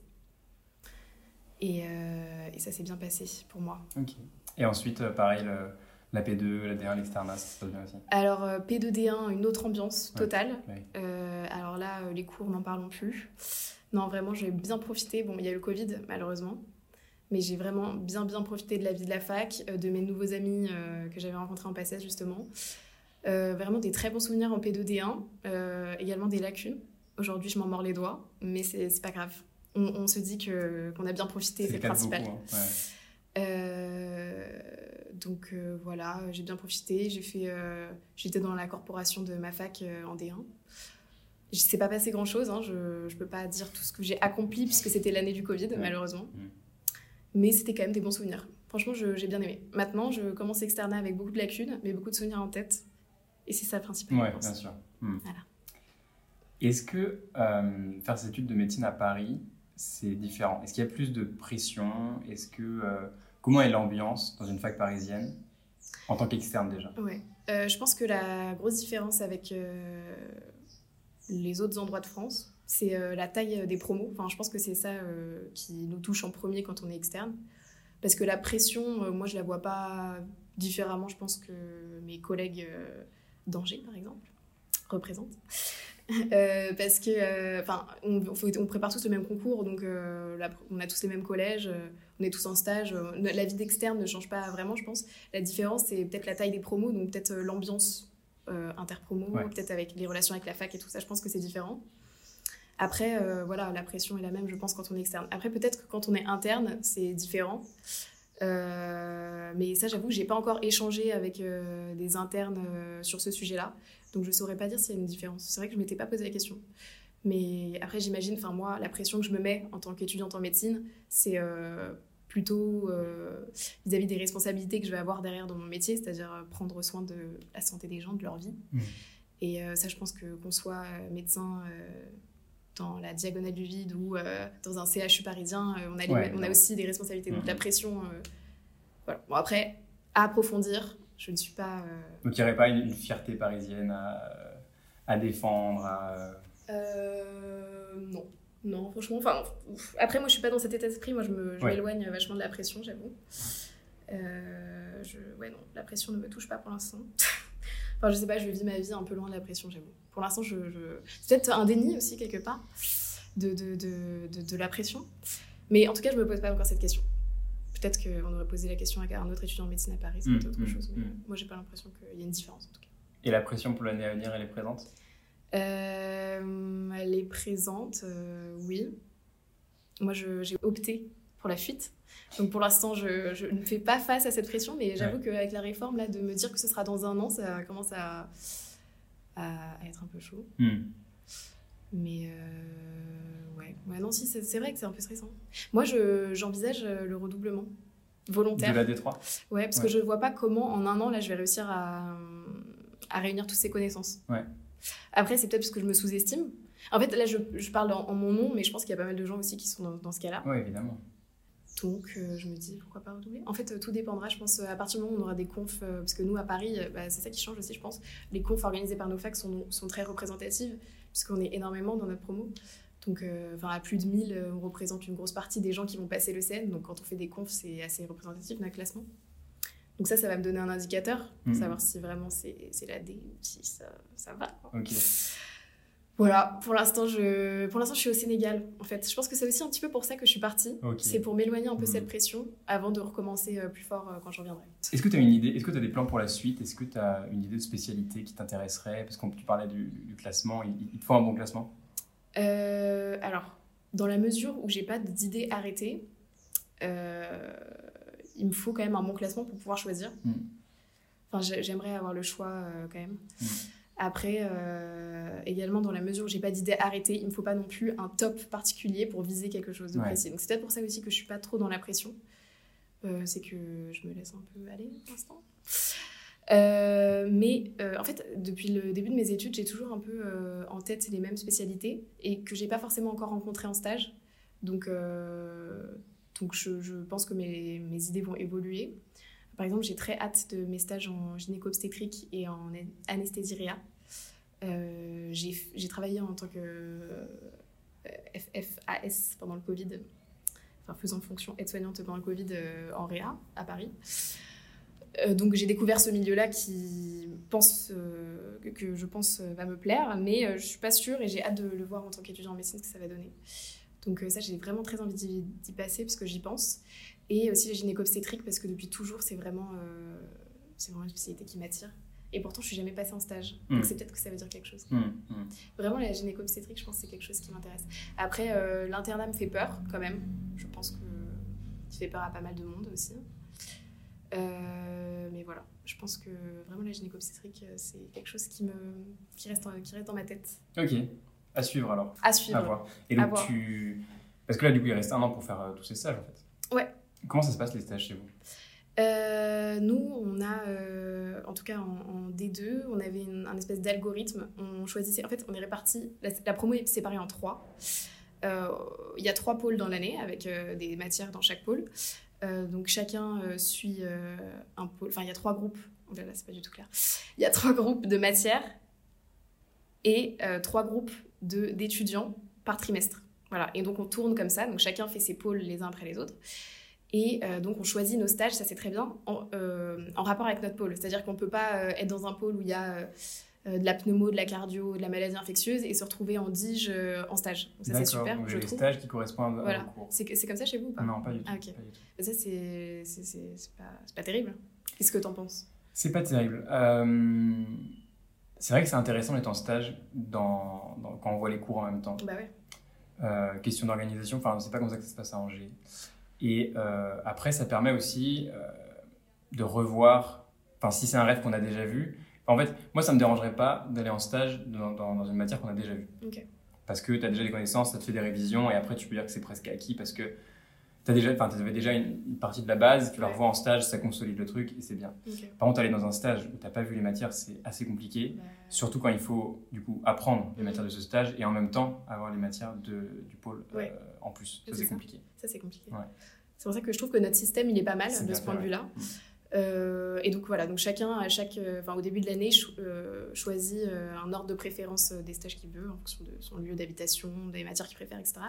Et, euh, et ça s'est bien passé pour moi. Ok. Et ensuite, euh, pareil, le, la P deux, la D un, l'externat, ça se passe bien aussi? Alors, euh, P deux D un, une autre ambiance totale. Ouais. Ouais. Euh, alors là, euh, les cours, n'en parlons plus. Non, vraiment, j'ai bien profité. Bon, il y a eu le Covid, malheureusement. Mais j'ai vraiment bien, bien profité de la vie de la fac, euh, de mes nouveaux amis euh, que j'avais rencontrés en PACES, justement. Euh, vraiment des très bons souvenirs en P deux D un. Euh, également des lacunes. Aujourd'hui, je m'en mords les doigts, mais c'est, c'est pas grave. On, on se dit que, qu'on a bien profité, c'est, c'est le principal. Beaucoup, hein. Ouais. Euh, donc euh, voilà, j'ai bien profité. J'ai fait, euh, j'étais dans la corporation de ma fac euh, en D un. Il ne s'est pas passé grand-chose. Hein. Je ne peux pas dire tout ce que j'ai accompli puisque c'était l'année du Covid, ouais. malheureusement. Mmh. Mais c'était quand même des bons souvenirs. Franchement, je, j'ai bien aimé. Maintenant, je commence externat avec beaucoup de lacunes, mais beaucoup de souvenirs en tête. Et c'est ça le principal. Ouais, bien sûr. Mmh. Voilà. Est-ce que euh, faire ces études de médecine à Paris, c'est différent? Est-ce qu'il y a plus de pression? Est-ce que, euh, comment est l'ambiance dans une fac parisienne en tant qu'externe déjà? Ouais. Euh, je pense que la grosse différence avec euh, les autres endroits de France, c'est euh, la taille des promos. Enfin, je pense que c'est ça euh, qui nous touche en premier quand on est externe. Parce que la pression, euh, moi, je la vois pas différemment, je pense, que mes collègues euh, d'Angers, par exemple, représentent. Euh, parce que enfin euh, on, on prépare tous le même concours, donc euh, là, on a tous les mêmes collèges, euh, on est tous en stage, euh, la vie d'externe ne change pas vraiment, je pense. La différence, c'est peut-être la taille des promos, donc peut-être euh, l'ambiance euh, interpromo, ouais. Peut-être avec les relations avec la fac et tout ça, je pense que c'est différent. Après euh, voilà, la pression est la même, je pense, quand on est externe. Après, peut-être que quand on est interne, c'est différent. Euh, mais ça, j'avoue, j'ai pas encore échangé avec euh, des internes euh, sur ce sujet-là, donc je saurais pas dire s'il y a une différence. C'est vrai que je m'étais pas posé la question, mais après j'imagine, enfin moi, la pression que je me mets en tant qu'étudiante en médecine, c'est euh, plutôt euh, vis-à-vis des responsabilités que je vais avoir derrière dans mon métier, c'est-à-dire euh, prendre soin de la santé des gens, de leur vie. Mmh. Et euh, ça, je pense que qu'on soit euh, médecin euh, dans la diagonale du vide ou euh, dans un C H U parisien, euh, on, a les, ouais, on a aussi des responsabilités. Mmh. Donc la pression, euh, voilà. Bon, après, à approfondir, je ne suis pas... Euh... Donc il n'y aurait pas une, une fierté parisienne à, à défendre à... Euh, non. Non, franchement. Enfin, après, moi, je ne suis pas dans cet état d'esprit. Moi, je, me, je ouais. m'éloigne vachement de la pression, j'avoue. Euh, je, ouais, non, la pression ne me touche pas pour l'instant. Enfin, je sais pas, je vis ma vie un peu loin de la pression, j'avoue. Pour l'instant, je, je... c'est peut-être un déni aussi, quelque part, de, de, de, de, de la pression. Mais en tout cas, je me pose pas encore cette question. Peut-être qu'on aurait posé la question à un autre étudiant en médecine à Paris, c'est mmh, autre mmh, chose. Mais mmh. Moi, j'ai pas l'impression qu'il y ait une différence, en tout cas. Et la pression pour l'année à venir, elle est présente? euh, Elle est présente, euh, oui. Moi, je, j'ai opté pour la fuite. Donc pour l'instant, je, je ne fais pas face à cette pression, mais j'avoue ouais. qu'avec la réforme, là, de me dire que ce sera dans un an, ça commence à, à, à être un peu chaud. Mm. Mais euh, ouais. ouais, non, si, c'est, c'est vrai que c'est un peu stressant. Moi, je, j'envisage le redoublement volontaire. De la D trois? Ouais, parce ouais. que je ne vois pas comment, en un an, là, je vais réussir à, à réunir toutes ces connaissances. Ouais. Après, c'est peut-être parce que je me sous-estime. En fait, là, je, je parle en, en mon nom, mais je pense qu'il y a pas mal de gens aussi qui sont dans, dans ce cas-là. Oui, évidemment. Donc, euh, je me dis, pourquoi pas redoubler? En fait, euh, tout dépendra, je pense, à partir du moment où on aura des confs, euh, parce que nous, à Paris, euh, bah, c'est ça qui change aussi, je pense. Les confs organisés par nos facs sont, sont très représentatives, puisqu'on est énormément dans notre promo. Donc, euh, à plus de mille, on représente une grosse partie des gens qui vont passer le C N. Donc, quand on fait des confs, c'est assez représentatif dans le classement. Donc ça, ça va me donner un indicateur, pour mmh. savoir si vraiment c'est, c'est la D ou si ça, ça va. Ok. Voilà, pour l'instant, je... pour l'instant, je suis au Sénégal, en fait. Je pense que c'est aussi un petit peu pour ça que je suis partie. Okay. C'est pour m'éloigner un peu mmh. cette pression avant de recommencer plus fort quand je reviendrai. Est-ce que tu as une idée? Est-ce que tu as des plans pour la suite? Est-ce que tu as une idée de spécialité qui t'intéresserait? Parce que tu parlais du, du classement, il, il te faut un bon classement? euh, Alors, dans la mesure où j'ai pas d'idée arrêtée, euh, il me faut quand même un bon classement pour pouvoir choisir. Mmh. Enfin, j'aimerais avoir le choix euh, quand même. Mmh. Après, euh, également, dans la mesure où j'ai pas d'idée arrêtée, il me faut pas non plus un top particulier pour viser quelque chose de ouais. précis. Donc c'est peut-être pour ça aussi que je suis pas trop dans la pression. Euh, c'est que je me laisse un peu aller pour l'instant. Euh, mais euh, en fait, depuis le début de mes études, j'ai toujours un peu euh, en tête les mêmes spécialités et que j'ai pas forcément encore rencontrées en stage. Donc, euh, donc je, je pense que mes, mes idées vont évoluer. Par exemple, j'ai très hâte de mes stages en gynéco-obstétrique et en anesthésie réa. Euh, j'ai, j'ai travaillé en tant que euh, F F A S pendant le Covid, enfin faisant fonction aide-soignante pendant le Covid euh, en réa à Paris. Euh, donc j'ai découvert ce milieu-là qui pense, euh, que je pense va me plaire, mais euh, je ne suis pas sûre et j'ai hâte de le voir en tant qu'étudiant en médecine ce que ça va donner. Donc euh, ça, j'ai vraiment très envie d'y, d'y passer parce que j'y pense. Et aussi la gynéco-obstétrique parce que depuis toujours, c'est vraiment, euh, c'est vraiment une spécialité qui m'attire. Et pourtant, je ne suis jamais passée en stage. Mmh. Donc c'est peut-être que ça veut dire quelque chose. Mmh. Mmh. Vraiment, la gynéco-obstétrique, je pense que c'est quelque chose qui m'intéresse. Après, euh, l'internat me fait peur quand même. Je pense que ça fait peur à pas mal de monde aussi. Euh, mais voilà, je pense que vraiment la gynéco-obstétrique, c'est quelque chose qui, me, qui, reste, qui reste dans ma tête. Ok, à suivre alors. À suivre. À voir. Et donc tu... Parce que là, du coup, il reste un an pour faire euh, tous ces stages en fait. Ouais. Comment ça se passe les stages chez vous? Euh, nous, on a, euh, en tout cas en, en D deux, on avait une, un espèce d'algorithme. On choisissait, en fait, on est répartis, la, la promo est séparée en trois. Il euh, y a trois pôles dans l'année, avec euh, des matières dans chaque pôle. Euh, donc chacun euh, suit euh, un pôle, enfin il y a trois groupes, oh là là, c'est pas du tout clair. Il y a trois groupes de matières et euh, trois groupes de, d'étudiants par trimestre. Voilà. Et donc on tourne comme ça, donc chacun fait ses pôles les uns après les autres. Et euh, donc, on choisit nos stages, ça c'est très bien, en, euh, en rapport avec notre pôle. C'est-à-dire qu'on ne peut pas euh, être dans un pôle où il y a euh, de la pneumo, de la cardio, de la maladie infectieuse et se retrouver en dige euh, en stage. Donc ça, D'accord, c'est super, donc je les trouve. stages qui correspondent Voilà. à vos cours. C'est, c'est comme ça chez vous ou pas ? Non, pas du tout. Ah, ok. Pas du tout. Ça, c'est, c'est, c'est, c'est, pas, c'est pas terrible. Qu'est-ce que t'en penses ? C'est pas terrible. Euh, c'est vrai que c'est intéressant d'être en stage dans, dans, quand on voit les cours en même temps. Bah ouais. Euh, question d'organisation, enfin, c'est pas comme ça que ça se passe à Angers. Et euh, après, ça permet aussi euh, de revoir, enfin, si c'est un rêve qu'on a déjà vu. En fait, moi, ça me dérangerait pas d'aller en stage dans, dans, dans une matière qu'on a déjà vue. Ok. Parce que tu as déjà des connaissances, ça te fait des révisions, et après, tu peux dire que c'est presque acquis parce que tu avais déjà une, une partie de la base, tu la revois en stage, ça consolide le truc, et c'est bien. Okay. Par contre, aller dans un stage où tu n'as pas vu les matières, c'est assez compliqué, bah... surtout quand il faut du coup apprendre les matières de ce stage et en même temps avoir les matières de, du pôle ouais. euh, en plus. Ça, c'est, c'est ça. compliqué. Ça, c'est compliqué. Ouais. C'est pour ça que je trouve que notre système, il est pas mal c'est de ce point fait, de vue-là. Ouais. Euh, et donc voilà, donc chacun, à chaque, enfin, au début de l'année, cho- euh, choisit euh, un ordre de préférence des stages qu'il veut en fonction de son lieu d'habitation, des matières qu'il préfère, et cetera.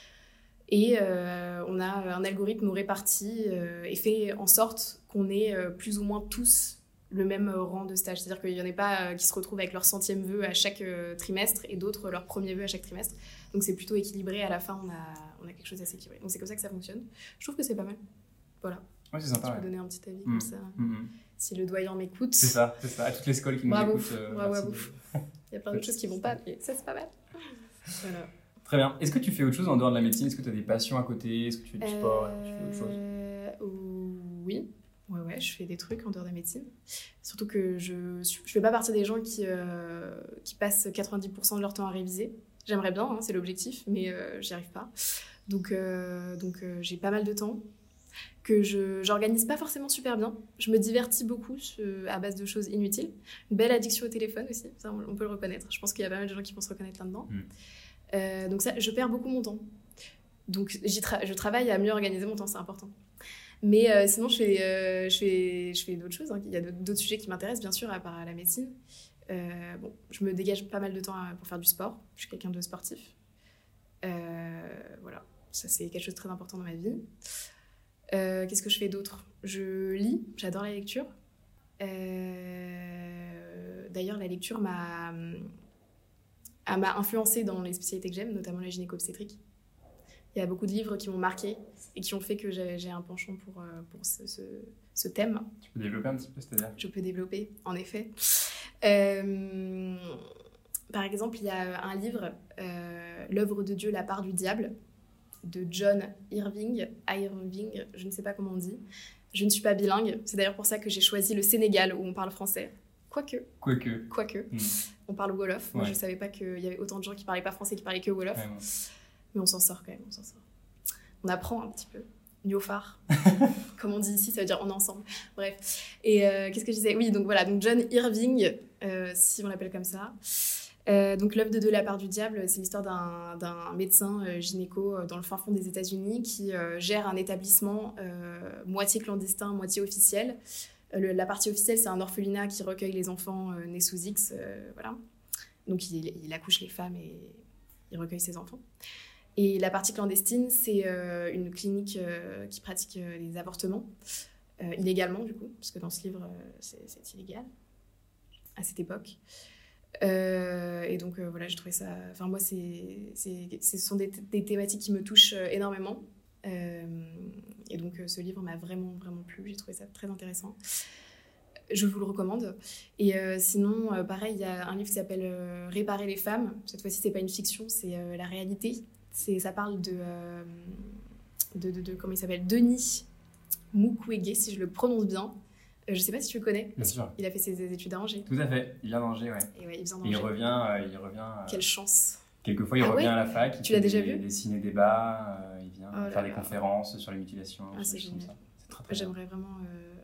Et euh, on a un algorithme réparti euh, et fait en sorte qu'on ait euh, plus ou moins tous le même euh, rang de stage. C'est-à-dire qu'il n'y en a pas euh, qui se retrouvent avec leur centième vœu à chaque euh, trimestre et d'autres leur premier vœu à chaque trimestre. Donc c'est plutôt équilibré. À la fin, on a, on a quelque chose d'assez équilibré. Donc c'est comme ça que ça fonctionne. Je trouve que c'est pas mal. Voilà. Ouais, c'est sympa. Je peux ouais. donner un petit avis mmh. comme ça. Mmh. Si le doyen m'écoute. C'est ça, c'est ça. À toutes les écoles qui nous bravo, écoutent. Euh, bravo à vous. de... Il y a plein d'autres choses qui vont pas, mais ça c'est pas mal. Voilà. Très bien. Est-ce que tu fais autre chose en dehors de la médecine ? Est-ce que tu as des passions à côté ? Est-ce que tu fais du euh... sport ? Est-ce que tu fais autre chose ? Oui. Ouais, ouais, je fais des trucs en dehors de la médecine. Surtout que je je fais pas partie des gens qui, euh, qui passent quatre-vingt-dix pour cent de leur temps à réviser. J'aimerais bien, hein, c'est l'objectif, mais euh, j'y arrive pas. Donc, euh, donc euh, j'ai pas mal de temps que je j'organise pas forcément super bien. Je me divertis beaucoup ce, à base de choses inutiles. Une belle addiction au téléphone aussi, ça on, on peut le reconnaître. Je pense qu'il y a pas mal de gens qui vont se reconnaître là-dedans. Mmh. Euh, donc ça, je perds beaucoup mon temps. Donc j'y tra- je travaille à mieux organiser mon temps, c'est important. Mais euh, sinon, je fais, euh, je fais, je fais d'autres choses. Hein. Il y a d'autres sujets qui m'intéressent, bien sûr, à part la médecine. Euh, bon, je me dégage pas mal de temps pour faire du sport. Je suis quelqu'un de sportif. Euh, voilà, ça c'est quelque chose de très important dans ma vie. Euh, qu'est-ce que je fais d'autre ? Je lis, j'adore la lecture. Euh, d'ailleurs, la lecture m'a, m'a influencée dans les spécialités que j'aime, notamment la gynéco-obstétrique. Il y a beaucoup de livres qui m'ont marquée et qui ont fait que j'ai, j'ai un penchant pour, pour ce, ce, ce thème. Tu peux développer un petit peu, c'est-à-dire ? Je peux développer, en effet. Euh, par exemple, il y a un livre, euh, L'œuvre de Dieu, la part du diable, de John Irving, Irving, je ne sais pas comment on dit. Je ne suis pas bilingue. C'est d'ailleurs pour ça que j'ai choisi le Sénégal, où on parle français. Quoique. Quoique. Quoique. Mmh. On parle Wolof. Ouais. Moi, je ne savais pas qu'il y avait autant de gens qui ne parlaient pas français, qui parlaient que Wolof. Ouais, ouais. Mais on s'en sort quand même, on s'en sort. On apprend un petit peu. Niofar, comme on dit ici, ça veut dire on est ensemble. Bref. Et euh, qu'est-ce que je disais ? Oui, donc voilà, donc John Irving, euh, si on l'appelle comme ça. Euh, donc l'œuvre de Dieu, la part du diable, c'est l'histoire d'un, d'un médecin euh, gynéco euh, dans le fin fond des États-Unis qui euh, gère un établissement euh, moitié clandestin, moitié officiel. Euh, le, la partie officielle, c'est un orphelinat qui recueille les enfants euh, nés sous X, euh, voilà. Donc il, il accouche les femmes et il recueille ses enfants. Et la partie clandestine, c'est euh, une clinique euh, qui pratique euh, les avortements, euh, illégalement du coup, parce que dans ce livre, euh, c'est, c'est illégal à cette époque. Euh, et donc euh, voilà, j'ai trouvé ça... Enfin moi, c'est, c'est, ce sont des, des thématiques qui me touchent euh, énormément. Euh, et donc euh, ce livre m'a vraiment, vraiment plu. J'ai trouvé ça très intéressant. Je vous le recommande. Et euh, sinon, euh, pareil, il y a un livre qui s'appelle euh, « Réparer les femmes ». Cette fois-ci, c'est pas une fiction, c'est euh, la réalité. C'est, ça parle de, euh, de, de, de... Comment il s'appelle ? Denis Mukwege, si je le prononce bien. Euh, je ne sais pas si tu le connais. Bien sûr. Il a fait ses études à Angers. Tout à fait. Il vient d'Angers, ouais. Et ouais, il vient d'Angers. Et il revient... Euh, il revient euh... Quelle chance. Quelquefois, il ah revient ouais à la fac. Tu l'as déjà des, vu ? Des ciné-débats. Euh, il vient oh faire des là. conférences sur les mutilations. Ah, c'est génial. Ça. C'est très, très J'aimerais vraiment... Euh...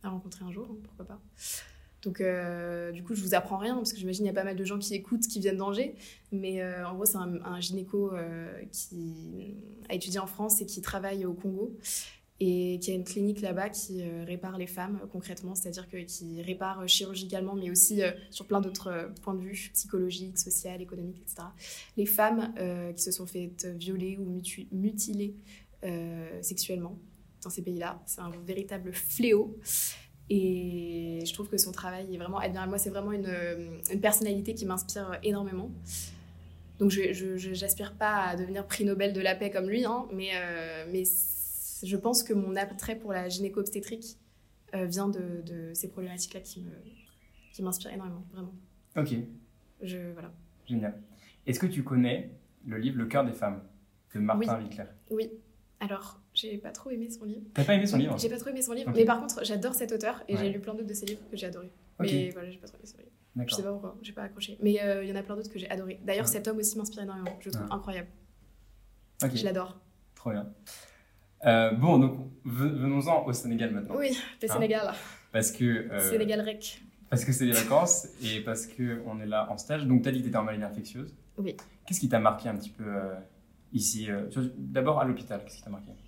à rencontrer un jour, hein, pourquoi pas. Donc, euh, du coup, je vous apprends rien, parce que j'imagine qu'il y a pas mal de gens qui écoutent, qui viennent d'Angers. Mais euh, en gros, c'est un, un gynéco euh, qui a étudié en France et qui travaille au Congo. Et qui a une clinique là-bas qui euh, répare les femmes, euh, concrètement. C'est-à-dire que, qui répare chirurgicalement, mais aussi euh, sur plein d'autres euh, points de vue, psychologiques, sociaux, économiques, et cetera. Les femmes euh, qui se sont faites violer ou mutu- mutilées euh, sexuellement dans ces pays-là. C'est un véritable fléau. Et je trouve que son travail est vraiment admirable. Moi, c'est vraiment une, une personnalité qui m'inspire énormément. Donc, je, je, je, j'aspire pas à devenir prix Nobel de la paix comme lui, hein, mais, euh, mais je pense que mon attrait pour la gynéco-obstétrique euh, vient de, de ces problématiques-là qui, me, qui m'inspirent énormément, vraiment. Ok. Je, voilà. Génial. Est-ce que tu connais le livre Le cœur des femmes de Martin Oui. Winkler? Oui. Alors, j'ai pas trop aimé son livre. T'as pas aimé son livre? J'ai pas trop aimé son livre, Okay. mais par contre, j'adore cet auteur et Ouais. j'ai lu plein d'autres de ses livres que j'ai adorés. Ok. Mais voilà, j'ai pas trop aimé son livre. Je D'accord. sais pas pourquoi, j'ai pas accroché. Mais il euh, y en a plein d'autres que j'ai adorés. D'ailleurs, Ouais. cet homme aussi m'inspire énormément. Je le trouve Ouais. incroyable. Ok. Je l'adore. Trop bien. Euh, bon, donc ve- venons-en au Sénégal maintenant. Oui, le Hein Sénégal. Parce que euh, Sénégal rec. parce que c'est les vacances et parce que on est là en stage. Donc, tu as dit que tu étais en maladie infectieuse. Oui. Qu'est-ce qui t'a marqué un petit peu euh, ici euh, sur- D'abord à l'hôpital, qu'est-ce qui t'a marqué?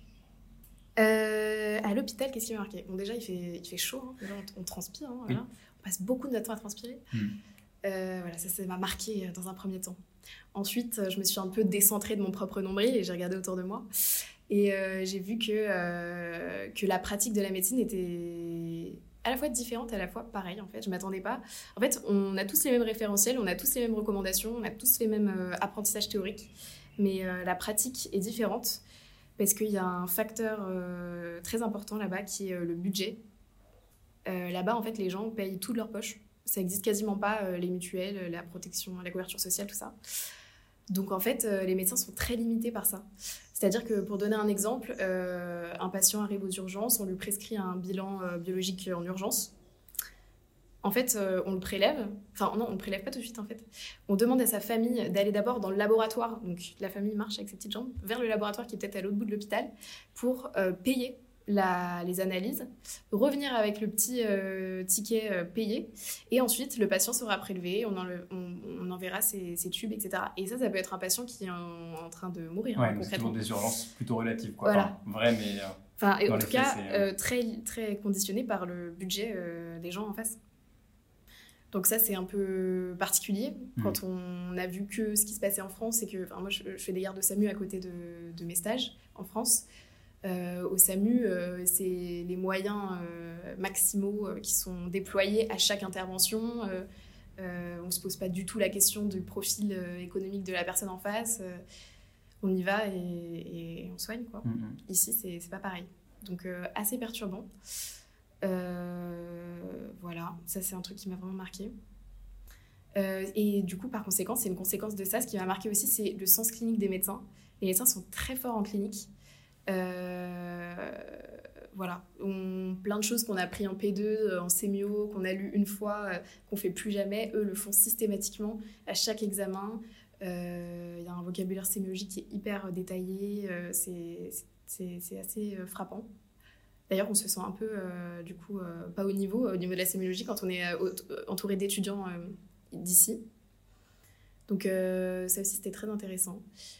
Euh, à l'hôpital, qu'est-ce qui m'a marqué? Bon, déjà, il fait, il fait chaud. Hein. Déjà, on, on transpire. Hein, voilà. Oui. On passe beaucoup de notre temps à transpirer. Mm. Euh, voilà, ça, ça m'a marqué euh, dans un premier temps. Ensuite, euh, je me suis un peu décentrée de mon propre nombril et j'ai regardé autour de moi. Et euh, j'ai vu que, euh, que la pratique de la médecine était à la fois différente et à la fois pareille, en fait. Je ne m'attendais pas. En fait, on a tous les mêmes référentiels, on a tous les mêmes recommandations, on a tous les mêmes euh, apprentissages théoriques. Mais euh, la pratique est différente parce qu'il y a un facteur euh, très important là-bas qui est euh, le budget. Euh, là-bas, en fait, les gens payent tout de leur poche. Ça n'existe quasiment pas, euh, les mutuelles, la protection, la couverture sociale, tout ça. Donc, en fait, euh, les médecins sont très limités par ça. C'est-à-dire que, pour donner un exemple, euh, un patient arrive aux urgences, on lui prescrit un bilan euh, biologique en urgence. En fait, euh, on le prélève. Enfin, non, on ne le prélève pas tout de suite, en fait. On demande à sa famille d'aller d'abord dans le laboratoire. Donc, la famille marche avec ses petites jambes vers le laboratoire qui est peut-être à l'autre bout de l'hôpital pour euh, payer la, les analyses, revenir avec le petit euh, ticket euh, payé. Et ensuite, le patient sera prélevé, on, enle- on, on enverra ses, ses tubes, et cetera. Et ça, ça peut être un patient qui est en, en train de mourir, Ouais, hein, donc c'est concrètement. toujours des urgences plutôt relatives, quoi. Voilà. Enfin, vrai, mais euh, Enfin, et Dans en les tout faits, cas, c'est, euh, euh, très, très conditionné par le budget euh, des gens en face. Donc ça, c'est un peu particulier Mhm. quand on a vu que ce qui se passait en France. Et que, enfin, moi, je, je fais des gardes de SAMU à côté de, de mes stages en France. Euh, au SAMU, euh, c'est les moyens euh, maximaux euh, qui sont déployés à chaque intervention. Euh, euh, on ne se pose pas du tout la question du profil euh, économique de la personne en face. Euh, on y va et, et on soigne, quoi. mm, mm. Ici, c'est, c'est pas pareil. Donc, euh, assez perturbant. Euh, voilà, ça, c'est un truc qui m'a vraiment marqué. Euh, et du coup, par conséquent, c'est une conséquence de ça. Ce qui m'a marqué aussi, c'est le sens clinique des médecins. Les médecins sont très forts en clinique. Euh, voilà, on, plein de choses qu'on a appris en P deux, en sémio, qu'on a lu une fois, euh, qu'on fait plus jamais, eux le font systématiquement à chaque examen. Il euh, y a un vocabulaire sémiologique qui est hyper détaillé, euh, c'est, c'est, c'est assez euh, frappant. D'ailleurs, on se sent un peu, euh, du coup, euh, pas au niveau, au niveau de la sémiologie quand on est euh, entouré d'étudiants euh, d'ici. Donc euh, ça aussi, c'était très intéressant.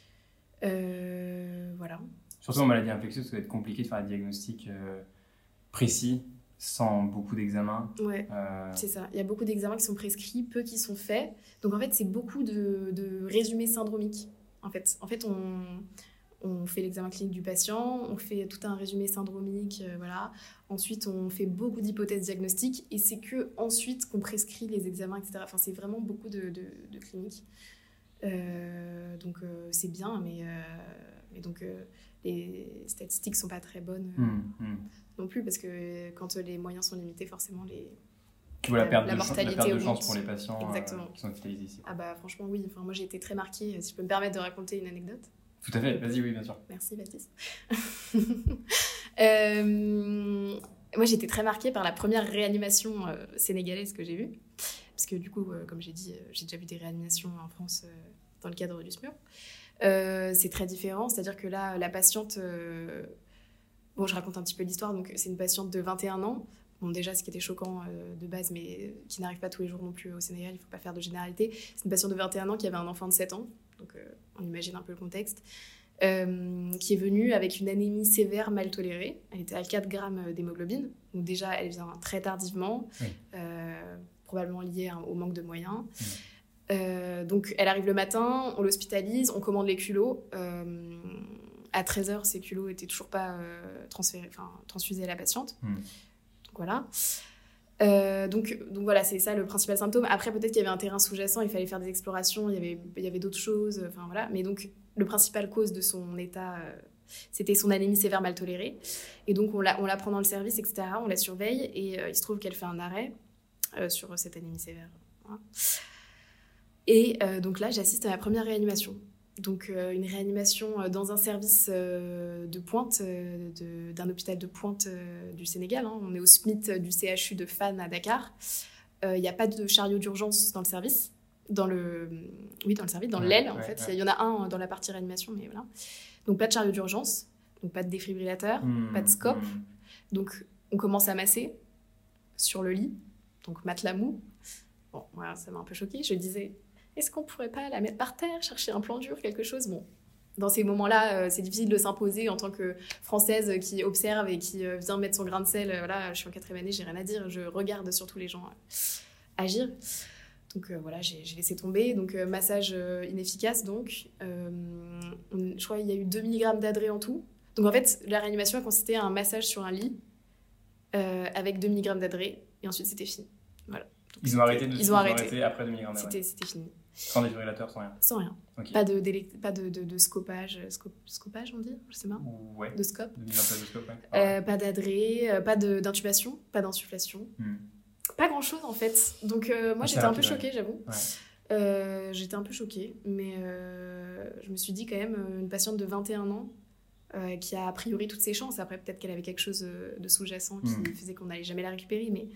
Euh, voilà. Surtout en maladie infectieuse, ça doit être compliqué de faire un diagnostic euh, précis sans beaucoup d'examens. Ouais, Euh, c'est ça. Il y a beaucoup d'examens qui sont prescrits, peu qui sont faits. Donc en fait, c'est beaucoup de, de résumés syndromiques. En fait, en fait on, on fait l'examen clinique du patient, on fait tout un résumé syndromique, euh, voilà. Ensuite, on fait beaucoup d'hypothèses diagnostiques et c'est que ensuite qu'on prescrit les examens, et cetera. Enfin, c'est vraiment beaucoup de, de, de cliniques. Euh, donc euh, c'est bien, mais, euh, mais donc euh, les statistiques sont pas très bonnes euh, mm, mm. non plus parce que quand les moyens sont limités, forcément les Tu vois la La- perte, la de, chan- la mortalité perte de augmente. chance pour les patients euh, Exactement. qui sont hospitalisés ici. ah bah franchement oui. Enfin moi j'ai été très marquée. Si je peux me permettre de raconter une anecdote. Tout à fait, vas-y, oui, bien sûr. Merci Baptiste. Euh, moi j'ai été très marquée par la première réanimation euh, sénégalaise que j'ai vue. Parce que du coup, euh, comme j'ai dit, euh, j'ai déjà vu des réanimations en France euh, dans le cadre du S M U R. Euh, c'est très différent, c'est-à-dire que là, la patiente... euh, Bon, je raconte un petit peu l'histoire. Donc, c'est une patiente de vingt et un ans. Bon, déjà, ce qui était choquant euh, de base, mais qui n'arrive pas tous les jours non plus au Sénégal, il ne faut pas faire de généralité. C'est une patiente de vingt et un ans qui avait un enfant de sept ans, donc euh, on imagine un peu le contexte, euh, qui est venue avec une anémie sévère mal tolérée. Elle était à quatre grammes d'hémoglobine, donc déjà, elle vient très tardivement, oui. euh, probablement liée hein, au manque de moyens. Oui. Euh, donc, elle arrive le matin, on l'hospitalise, on commande les culots. Euh, à treize heures, ces culots n'étaient toujours pas euh, transférés, enfin, transfusés à la patiente. Mm. Voilà. Euh, donc, donc voilà, c'est ça le principal symptôme. Après, peut-être qu'il y avait un terrain sous-jacent, il fallait faire des explorations, il y avait, il y avait d'autres choses. Enfin voilà. Mais donc, le principal cause de son état, euh, c'était son anémie sévère mal tolérée. Et donc, on la, on la prend dans le service, et cetera. On la surveille et euh, il se trouve qu'elle fait un arrêt euh, sur cette anémie sévère. Voilà. Et euh, donc là, j'assiste à ma première réanimation. Donc euh, une réanimation euh, dans un service euh, de pointe, euh, de, d'un hôpital de pointe euh, du Sénégal. Hein. On est au S M I T du C H U de Fann à Dakar. Il euh, n'y a pas de chariot d'urgence dans le service. Dans le, oui, dans le service, dans ouais, l'aile en ouais, fait. Il ouais. y en a un dans la partie réanimation, mais voilà. Donc pas de chariot d'urgence, donc pas de défibrillateur, mmh, pas de scope. Mmh. Donc on commence à masser sur le lit, donc matelas mou. Bon, voilà, ça m'a un peu choquée. Je disais... Est-ce qu'on ne pourrait pas la mettre par terre, chercher un plan dur, quelque chose ? Bon, dans ces moments-là, euh, c'est difficile de s'imposer en tant que Française qui observe et qui euh, vient mettre son grain de sel. Euh, voilà, je suis en quatrième année, j'ai rien à dire. Je regarde surtout les gens euh, agir. Donc euh, voilà, j'ai, j'ai laissé tomber. Donc euh, massage euh, inefficace, donc. Euh, on, je crois qu'il y a eu deux milligrammes d'adré en tout. Donc en fait, la réanimation a consisté à un massage sur un lit euh, avec deux milligrammes d'adré. Et ensuite, c'était fini. Voilà. Donc, ils ont arrêté de ils ont arrêté. arrêté après deux milligrammes d'adré. C'était, c'était fini. Sans défibrillateur, sans rien. Sans rien. Okay. Pas de délect... pas de, de, de scopage, sco... scopage on dit, je sais pas. Ouais. De scope. De mise en place de scope, ouais. Ah, ouais. Euh, pas d'adré, euh, pas de, d'intubation, pas d'insufflation. Hmm. Pas grand chose en fait. Donc euh, moi j'étais un peu choquée, j'avoue. Ouais. Euh, j'étais un peu choquée, mais euh, je me suis dit quand même une patiente de vingt et un ans euh, qui a a priori toutes ses chances. Après peut-être qu'elle avait quelque chose de sous-jacent qui hmm. faisait qu'on n'allait jamais la récupérer, mais.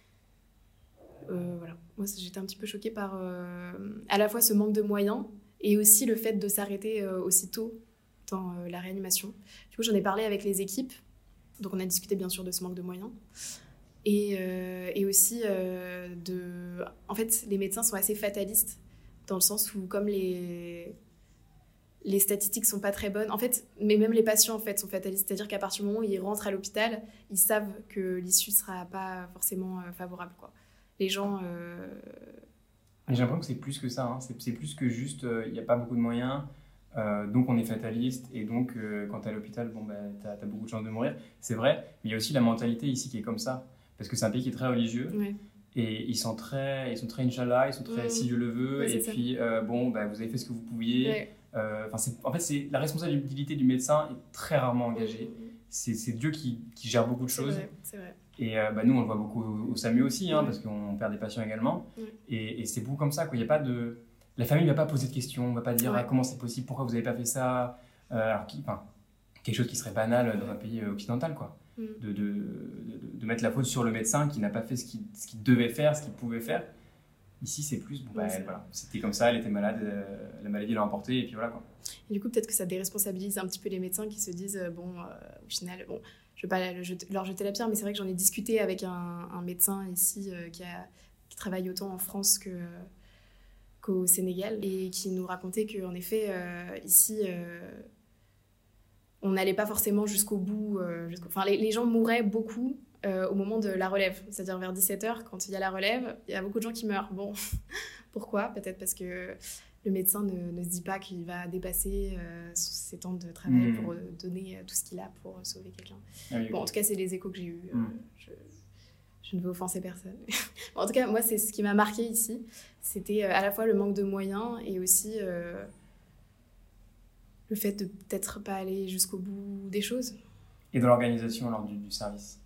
Euh, voilà. Moi, j'étais un petit peu choquée par euh, à la fois ce manque de moyens et aussi le fait de s'arrêter euh, aussitôt dans euh, la réanimation. Du coup, j'en ai parlé avec les équipes. Donc, on a discuté bien sûr de ce manque de moyens. Et, euh, et aussi euh, de... En fait, les médecins sont assez fatalistes dans le sens où, comme les, les statistiques sont pas très bonnes, en fait, mais même les patients en fait, sont fatalistes. C'est-à-dire qu'à partir du moment où ils rentrent à l'hôpital, ils savent que l'issue sera pas forcément euh, favorable, quoi. Les gens... Euh... J'ai l'impression que c'est plus que ça. Hein. C'est, c'est plus que juste, il euh, n'y a pas beaucoup de moyens, euh, donc on est fataliste, et donc euh, quand tu es à l'hôpital, bon, bah, tu as beaucoup de chances de mourir. C'est vrai, mais il y a aussi la mentalité ici qui est comme ça. Parce que c'est un pays qui est très religieux, ouais. et ils sont très, ils sont très Inch'Allah, ils sont très mmh. si Dieu le veut, ouais, et puis euh, bon, bah, vous avez fait ce que vous pouviez. Ouais. Euh, c'est, en fait, c'est, la responsabilité du médecin est très rarement engagée. Mmh. C'est, c'est Dieu qui, qui gère beaucoup de c'est choses. Vrai, c'est vrai. Et euh, bah, nous, on le voit beaucoup au, au SAMU aussi, hein, ouais. parce qu'on perd des patients également. Ouais. Et, et c'est beaucoup comme ça. Quoi. Il y a pas de... La famille ne va pas poser de questions, ne va pas dire ouais. ah, comment c'est possible, pourquoi vous n'avez pas fait ça. Euh, alors, qui, quelque chose qui serait banal dans un pays occidental. Quoi. Mm. De, de, de, de mettre la faute sur le médecin qui n'a pas fait ce qu'il, ce qu'il devait faire, ce qu'il pouvait faire. Ici, c'est plus, bon, bah, ouais, elle, voilà, c'était comme ça, elle était malade, euh, la maladie l'a emportée, et puis voilà. Quoi. Et du coup, peut-être que ça déresponsabilise un petit peu les médecins qui se disent, euh, bon, euh, au final, bon, je ne vais pas le jeter, leur jeter la pierre, mais c'est vrai que j'en ai discuté avec un, un médecin ici euh, qui, a, qui travaille autant en France que, euh, qu'au Sénégal, et qui nous racontait qu'en effet, euh, ici, euh, on n'allait pas forcément jusqu'au bout. Euh, jusqu'au... Enfin, les, les gens mouraient beaucoup euh, au moment de la relève, c'est-à-dire vers dix-sept heures, quand il y a la relève, il y a beaucoup de gens qui meurent. Bon, pourquoi ? Peut-être parce que le médecin ne, ne se dit pas qu'il va dépasser euh, ses temps de travail mmh. pour donner tout ce qu'il a pour sauver quelqu'un. Ah oui, bon, oui. En tout cas, c'est les échos que j'ai eus. Mmh. Euh, je, je ne veux offenser personne. Bon, en tout cas, moi, c'est ce qui m'a marqué ici. C'était à la fois le manque de moyens et aussi euh, le fait de peut-être pas aller jusqu'au bout des choses. Et dans l'organisation alors, du, du service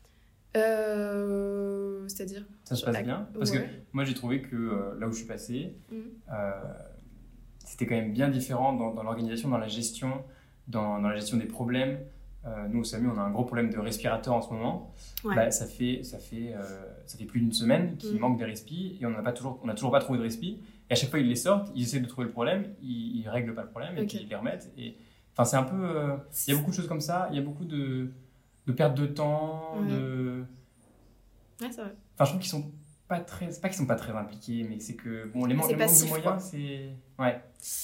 euh, C'est-à-dire Ça se passe la... bien Parce ouais. que moi, j'ai trouvé que euh, là où je suis passé, mmh. euh, c'était quand même bien différent dans, dans l'organisation, dans la gestion, dans, dans la gestion des problèmes. Euh, nous, au SAMU, on a un gros problème de respirateur en ce moment. Ouais. Bah, ça, fait, ça, fait, euh, ça fait plus d'une semaine qu'il mmh. manque des respis et on n'a toujours, toujours pas trouvé de respis. Et à chaque fois, ils les sortent, ils essaient de trouver le problème, ils ne règlent pas le problème okay. et puis ils les remettent. Et, enfin, c'est un peu... Il euh, y a beaucoup de choses comme ça, il y a beaucoup de, de perte de temps, ouais. de... Ouais, c'est vrai. Enfin, je trouve qu'ils sont pas très... C'est pas qu'ils sont pas très impliqués, mais c'est que, bon, les, man- C'est les manques passif, de moyens, c'est... Ouais.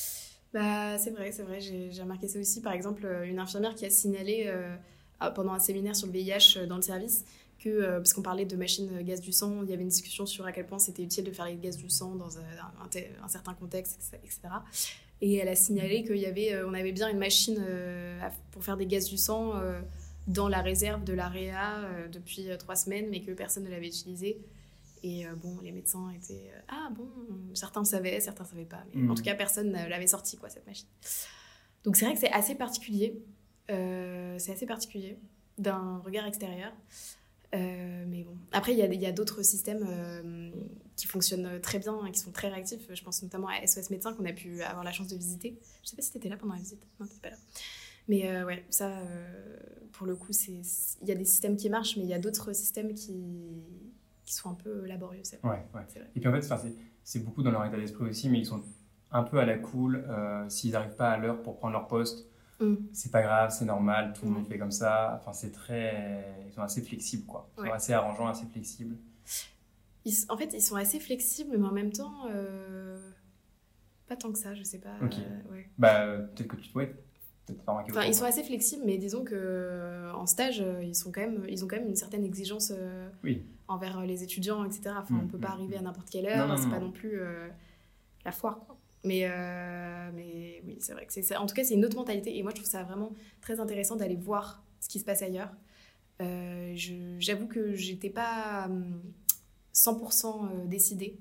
Bah, c'est vrai, c'est vrai, j'ai, j'ai remarqué ça aussi. Par exemple, euh, une infirmière qui a signalé euh, à- pendant un séminaire sur le V I H euh, dans le service, que, euh, parce qu'on parlait de machines euh, gaz du sang, il y avait une discussion sur à quel point c'était utile de faire les gaz du sang dans un, un tel- un certain contexte, et cetera. Et elle a signalé qu'il y avait, euh, on avait bien une machine euh, à- pour faire des gaz du sang euh, dans la réserve de l'A R E A euh, depuis euh, trois semaines, mais que personne ne l'avait utilisée. Et euh, bon, les médecins étaient euh, ah bon, certains le savaient, certains ne savaient pas, mais Mhm. en tout cas personne ne l'avait sorti quoi cette machine. Donc c'est vrai que c'est assez particulier, euh, c'est assez particulier d'un regard extérieur. Euh, mais bon, après il y a, il y a d'autres systèmes euh, qui fonctionnent très bien et qui sont très réactifs. Je pense notamment à S O S Médecins qu'on a pu avoir la chance de visiter. Je sais pas si t'étais là pendant la visite. Non, t'étais pas là. Mais euh, ouais, ça, euh, pour le coup, c'est il y a des systèmes qui marchent, mais il y a d'autres systèmes qui qui sont un peu laborieux. C'est vrai. Ouais, ouais. C'est vrai. Et puis en fait, enfin, c'est, c'est beaucoup dans leur état d'esprit aussi, mais ils sont un peu à la cool. Euh, s'ils n'arrivent pas à l'heure pour prendre leur poste, Mm. c'est pas grave, c'est normal, tout le monde Ouais. fait comme ça. Enfin, c'est très... Ils sont assez flexibles, quoi. Ils Ouais. sont assez arrangeants, assez flexibles. Ils, en fait, ils sont assez flexibles, mais en même temps, euh, pas tant que ça, je sais pas. Ok. euh, ouais. Bah, euh, peut-être que tu... Ouais, peut-être pas remarqué Enfin, autant, ils sont quoi. assez flexibles, mais disons que euh, en stage, euh, ils sont quand même, ils ont quand même une certaine exigence euh, Oui. envers euh, les étudiants, et cetera. Enfin, Mm, on peut pas mm, arriver mm. à n'importe quelle heure, Non, non, c'est non. pas non plus euh, la foire, quoi. Mais, euh, mais oui, c'est vrai que c'est ça. En tout cas, c'est une autre mentalité, et moi, je trouve ça vraiment très intéressant d'aller voir ce qui se passe ailleurs. Euh, je- j'avoue que j'étais pas hum, cent pour cent euh, décidée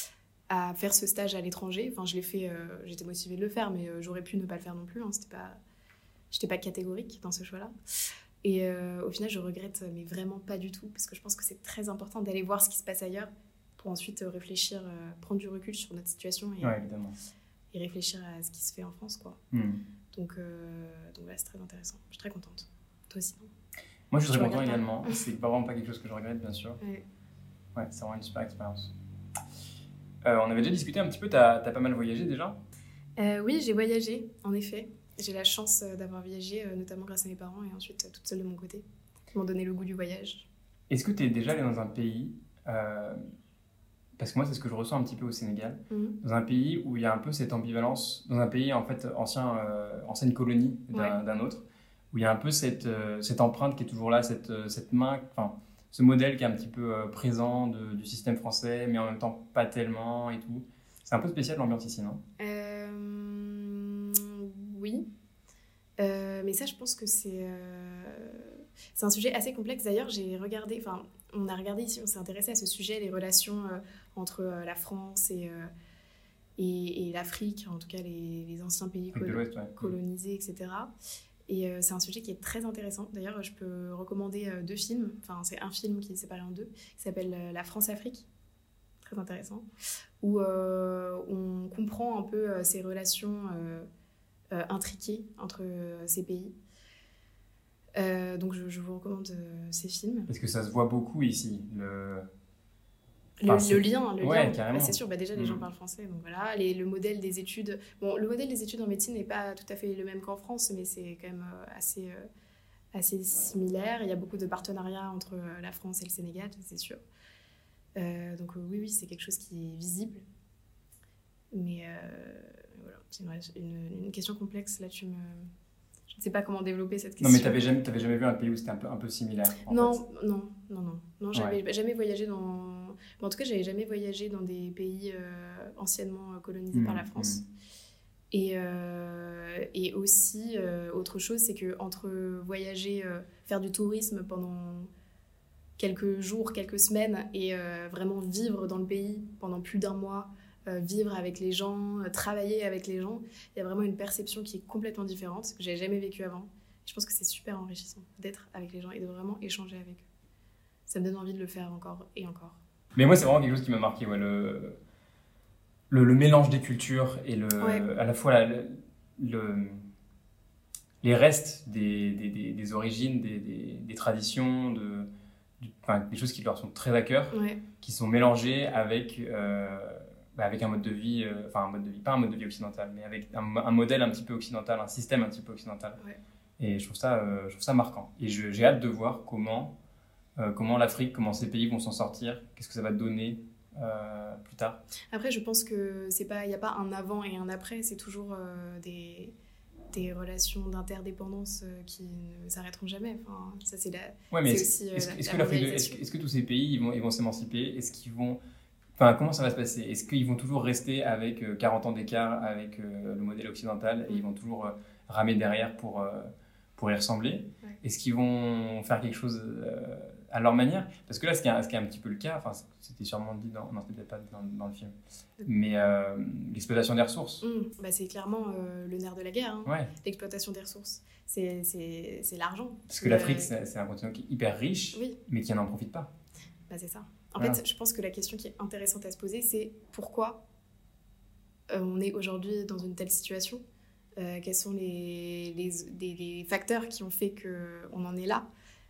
à faire ce stage à l'étranger. Enfin, je l'ai fait, euh, j'étais motivée de le faire, mais euh, j'aurais pu ne pas le faire non plus. Hein. C'était pas, j'étais pas catégorique dans ce choix-là. Et euh, au final, je regrette, mais vraiment pas du tout, parce que je pense que c'est très important d'aller voir ce qui se passe ailleurs pour ensuite euh, réfléchir, euh, prendre du recul sur notre situation et, Ouais, évidemment. et réfléchir à ce qui se fait en France, quoi. Hmm. Donc, euh, donc là, c'est très intéressant. Je suis très contente. Toi aussi, non? Moi, je suis Tu très content regrettes pas? également. C'est pas vraiment pas quelque chose que je regrette, bien sûr. Ouais. Ouais, c'est vraiment une super expérience. Euh, on avait déjà discuté un petit peu, t'as, t'as pas mal voyagé déjà? Euh, oui, j'ai voyagé, en effet. J'ai la chance euh, d'avoir voyagé, euh, notamment grâce à mes parents et ensuite euh, toute seule de mon côté, qui m'ont donné le goût du voyage. Est-ce que t'es déjà allé dans un pays, euh, parce que moi c'est ce que je ressens un petit peu au Sénégal, Mhm. dans un pays où il y a un peu cette ambivalence, dans un pays en fait ancien, euh, ancienne colonie d'un, Ouais. d'un autre, où il y a un peu cette, euh, cette empreinte qui est toujours là, cette, euh, cette main, enfin ce modèle qui est un petit peu euh, présent de- du système français, mais en même temps pas tellement et tout. C'est un peu spécial l'ambiance ici, non? Euh, oui. Euh, mais ça, je pense que c'est euh, c'est un sujet assez complexe. D'ailleurs, j'ai regardé, enfin, on a regardé ici, on s'est intéressé à ce sujet, les relations euh, entre euh, la France et, euh, et, et l'Afrique, en tout cas les, les anciens pays Afrique de colo- l'Ouest, ouais. colonisés, et cetera. Et euh, c'est un sujet qui est très intéressant. D'ailleurs, je peux recommander euh, deux films. Enfin, c'est un film qui est séparé en deux, qui s'appelle euh, La France-Afrique. Très intéressant. Où euh, on comprend un peu euh, ces relations euh, euh, intriquées entre euh, ces pays. Euh, donc, je, je vous recommande euh, ces films. Parce que ça se voit beaucoup ici, le... Le, Enfin, c'est- le lien, le Ouais, lien. carrément. Bah, c'est sûr, bah, déjà les gens Mm. parlent français, donc voilà. Les- le modèle des études, bon, le modèle des études en médecine n'est pas tout à fait le même qu'en France, mais c'est quand même euh, assez, euh, assez similaire. Il y a beaucoup de partenariats entre euh, la France et le Sénégal, c'est sûr. Euh, donc euh, oui, oui, c'est quelque chose qui est visible. Mais euh, voilà, c'est une, une, une question complexe. Là, tu me, je ne sais pas comment développer cette question. Non, mais t'avais jamais, t'avais jamais vu un pays où c'était un peu, un peu similaire, en Non, fait. non, non, non, non, jamais, jamais voyagé dans. Bon, en tout cas, j'avais jamais voyagé dans des pays euh, anciennement colonisés Mm, par la France. mm. Et, euh, et aussi, euh, autre chose, c'est que entre voyager, euh, faire du tourisme pendant quelques jours, quelques semaines, et euh, vraiment vivre dans le pays pendant plus d'un mois, euh, vivre avec les gens, euh, travailler avec les gens, il y a vraiment une perception qui est complètement différente, que j'avais jamais vécue avant. Je pense que c'est super enrichissant d'être avec les gens et de vraiment échanger avec eux. Ça me donne envie de le faire encore et encore. Mais moi, c'est vraiment quelque chose qui m'a marqué, ouais, le, le, le mélange des cultures et le, Ouais. à la fois la- le, le- les restes des, des, des, des origines, des, des, des traditions, de, du- enfin, des choses qui leur sont très à cœur, Ouais, qui sont mélangées avec, euh, bah, avec un mode de vie, euh, enfin un mode de vie, pas un mode de vie occidental, mais avec un, un modèle un petit peu occidental, un système un petit peu occidental. Ouais. Et je trouve ça, euh, je trouve ça marquant. Et je- j'ai hâte de voir comment euh, comment l'Afrique, comment ces pays vont s'en sortir, qu'est-ce que ça va donner euh, plus tard. Après, je pense que c'est pas, il n'y a pas un avant et un après, c'est toujours euh, des, des relations d'interdépendance euh, qui ne s'arrêteront jamais. Enfin, ça, c'est la, ouais, mais c'est est-ce, aussi euh, est-ce, la, est-ce, la que l'Afrique de- mondialisation. est-ce, est-ce que tous ces pays ils vont, ils vont s'émanciper? Est-ce qu'ils vont... Enfin, comment ça va se passer? Est-ce qu'ils vont toujours rester avec euh, quarante ans d'écart avec euh, le modèle occidental et Mm. ils vont toujours euh, ramer derrière pour, euh, pour y ressembler? Ouais. Est-ce qu'ils vont faire quelque chose euh, à leur manière? Parce que là, ce qui est, ce qui est un petit peu le cas, enfin, c'était sûrement dit dans, non, c'était peut-être pas dans, dans le film, mais euh, l'exploitation des ressources. Mm. Bah, c'est clairement euh, le nerf de la guerre, hein, Ouais, l'exploitation des ressources. C'est, c'est, c'est l'argent. parce que l'Afrique, c'est, c'est un continent qui est hyper riche, Oui, mais qui n'en profite pas. bah, c'est ça. En Voilà. fait, je pense que la question qui est intéressante à se poser, c'est pourquoi euh, on est aujourd'hui dans une telle situation. Euh, quels sont les, les, les, les facteurs qui ont fait qu'on en est là.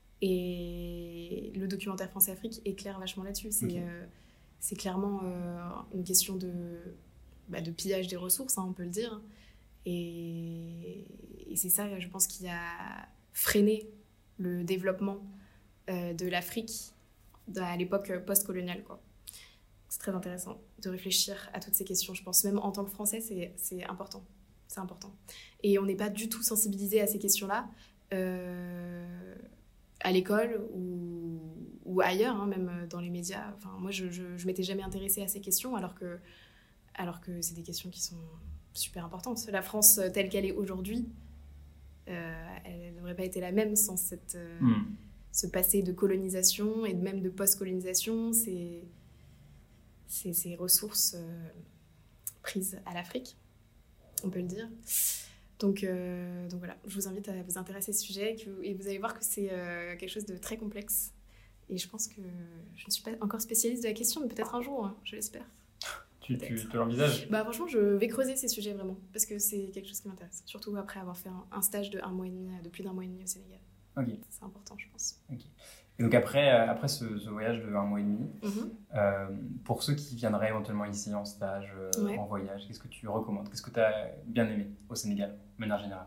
Et le documentaire France Afrique éclaire vachement là-dessus. C'est, Ok. euh, c'est clairement euh, une question de, bah, de pillage des ressources, hein, on peut le dire. Et, et c'est ça, je pense, qui a freiné le développement euh, de l'Afrique à l'époque post-coloniale, quoi. C'est très intéressant de réfléchir à toutes ces questions. Je pense même en tant que Français, c'est, c'est important. C'est important. Et on n'est pas du tout sensibilisé à ces questions-là euh, à l'école ou, ou ailleurs, hein, même dans les médias. Enfin, moi, je ne m'étais jamais intéressée à ces questions alors que, alors que c'est des questions qui sont super importantes. La France telle qu'elle est aujourd'hui, euh, elle n'aurait pas été la même sans cette... Euh, Hmm. ce passé de colonisation et même de post-colonisation, c'est ces, ces ressources euh, prises à l'Afrique, on peut le dire. Donc, euh, donc voilà, je vous invite à vous intéresser à ce sujet que, et vous allez voir que c'est euh, quelque chose de très complexe. Et je pense que je ne suis pas encore spécialiste de la question, mais peut-être un jour, hein, je l'espère. Tu, tu te l'envisages? Bah, franchement, je vais creuser ces sujets vraiment, parce que c'est quelque chose qui m'intéresse. Surtout après avoir fait un, un stage de, un mois et demi, de plus d'un mois et demi au Sénégal. Ok. C'est important, je pense. Et donc après, euh, après ce, ce voyage de un mois et demi, Mm-hmm. euh, pour ceux qui viendraient éventuellement ici en stage, euh, Ouais. en voyage, qu'est-ce que tu recommandes? Qu'est-ce que tu as bien aimé au Sénégal, de manière générale?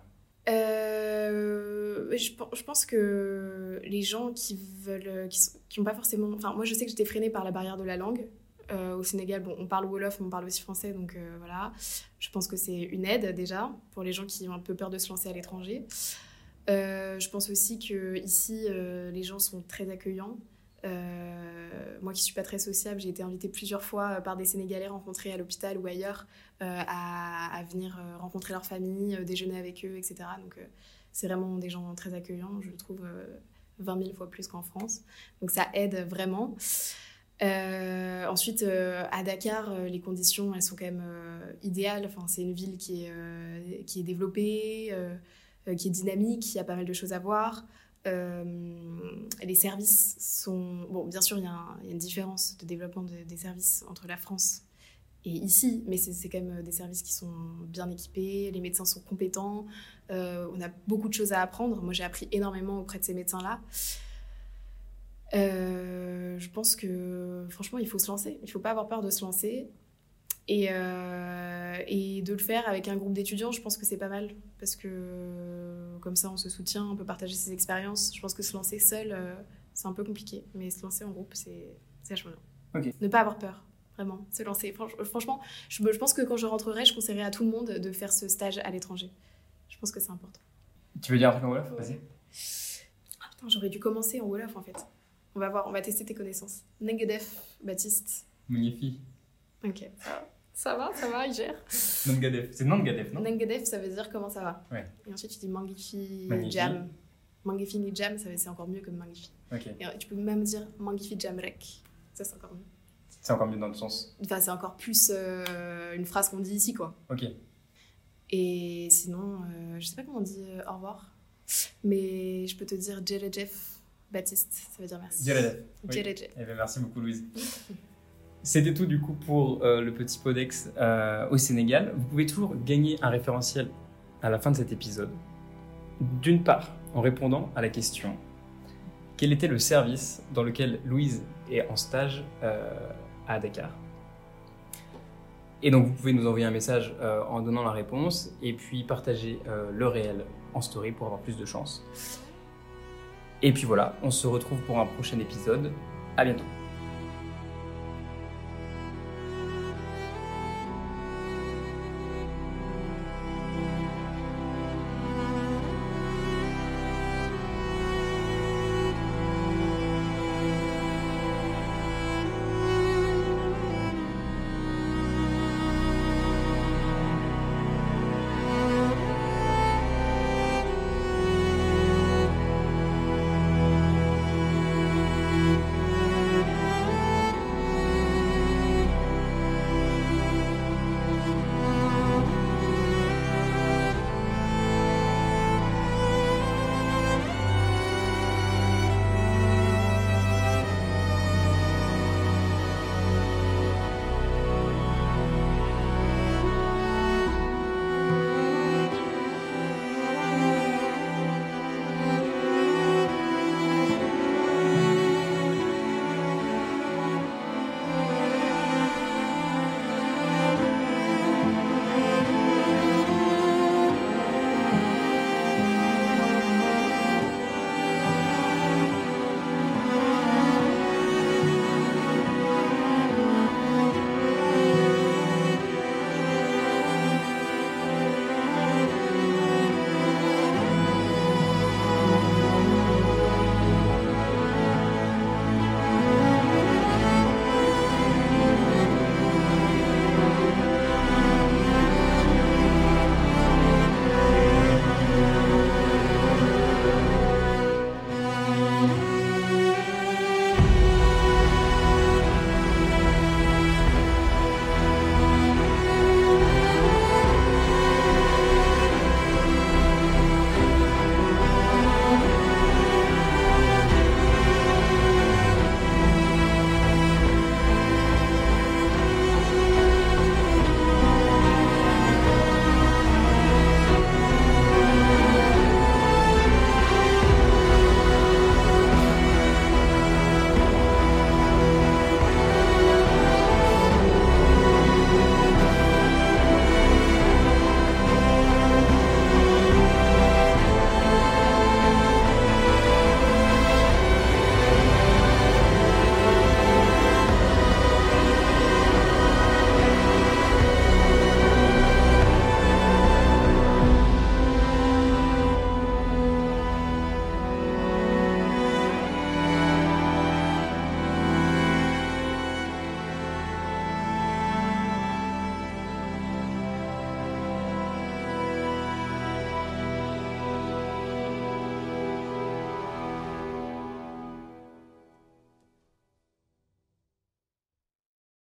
Euh, je, je pense que les gens qui veulent, qui, sont- qui ont pas forcément, enfin moi je sais que j'étais freinée par la barrière de la langue. Euh, au Sénégal, bon, on parle wolof, mais on parle aussi français, donc euh, voilà. Je pense que c'est une aide déjà pour les gens qui ont un peu peur de se lancer à l'étranger. Euh, je pense aussi que ici, euh, les gens sont très accueillants. Euh, moi qui suis pas très sociable, j'ai été invitée plusieurs fois par des Sénégalais rencontrés à l'hôpital ou ailleurs euh, à, à venir euh, rencontrer leur famille, euh, déjeuner avec eux, et cetera. Donc euh, c'est vraiment des gens très accueillants, je le trouve euh, vingt mille fois plus qu'en France. Donc ça aide vraiment. Euh, ensuite, euh, à Dakar, euh, les conditions elles sont quand même euh, idéales. Enfin, c'est une ville qui est, euh, qui est développée, euh, euh, qui est dynamique, il y a pas mal de choses à voir. Euh, les services sont... Bon, bien sûr, il y, y a une différence de développement de, des services entre la France et ici, mais c'est, c'est quand même des services qui sont bien équipés, les médecins sont compétents, euh, on a beaucoup de choses à apprendre. Moi, j'ai appris énormément auprès de ces médecins-là. Euh, je pense que, franchement, il faut se lancer. Il ne faut pas avoir peur de se lancer. Et, euh, et de le faire avec un groupe d'étudiants, je pense que c'est pas mal. Parce que comme ça, on se soutient, on peut partager ses expériences. Je pense que se lancer seul, euh, c'est un peu compliqué. Mais se lancer en groupe, c'est, c'est vachement bien. Ok. Ne pas avoir peur, vraiment. Se lancer. Franch- franchement, je, je pense que quand je rentrerai, je conseillerais à tout le monde de faire ce stage à l'étranger. Je pense que c'est important. Tu veux dire un truc en Wolof? Ouais. Vas-y. Ah putain, j'aurais dû commencer en Wolof en fait. On va voir, on va tester tes connaissances. Nengedef, Baptiste. Magnifique. Ok, ça va. Ça va, ça va, il gère. Nangadef. C'est Nangadef, non? Nengedef, ça veut dire comment ça va. Ouais. Et ensuite, tu dis Mangifi Magnifique. Jam. Mangifi Jam, ça, c'est encore mieux que Mangifi. Ok. Et tu peux même dire Mangifi Jamrek. Ça, c'est encore mieux. C'est encore mieux dans le sens. Enfin, c'est encore plus euh, une phrase qu'on dit ici, quoi. Ok. Et sinon, euh, je sais pas comment on dit euh, au revoir. Mais je peux te dire Djerejef Baptiste, ça veut dire merci. Djerejef. Oui. Djerejef. Eh bien, merci beaucoup, Louise. C'était tout du coup pour euh, le petit Podex euh, au Sénégal. Vous pouvez toujours gagner un référentiel à la fin de cet épisode. D'une part, en répondant à la question quel était le service dans lequel Louise est en stage euh, à Dakar. Et donc vous pouvez nous envoyer un message euh, en donnant la réponse et puis partager euh, le réel en story pour avoir plus de chance. Et puis voilà, on se retrouve pour un prochain épisode. À bientôt.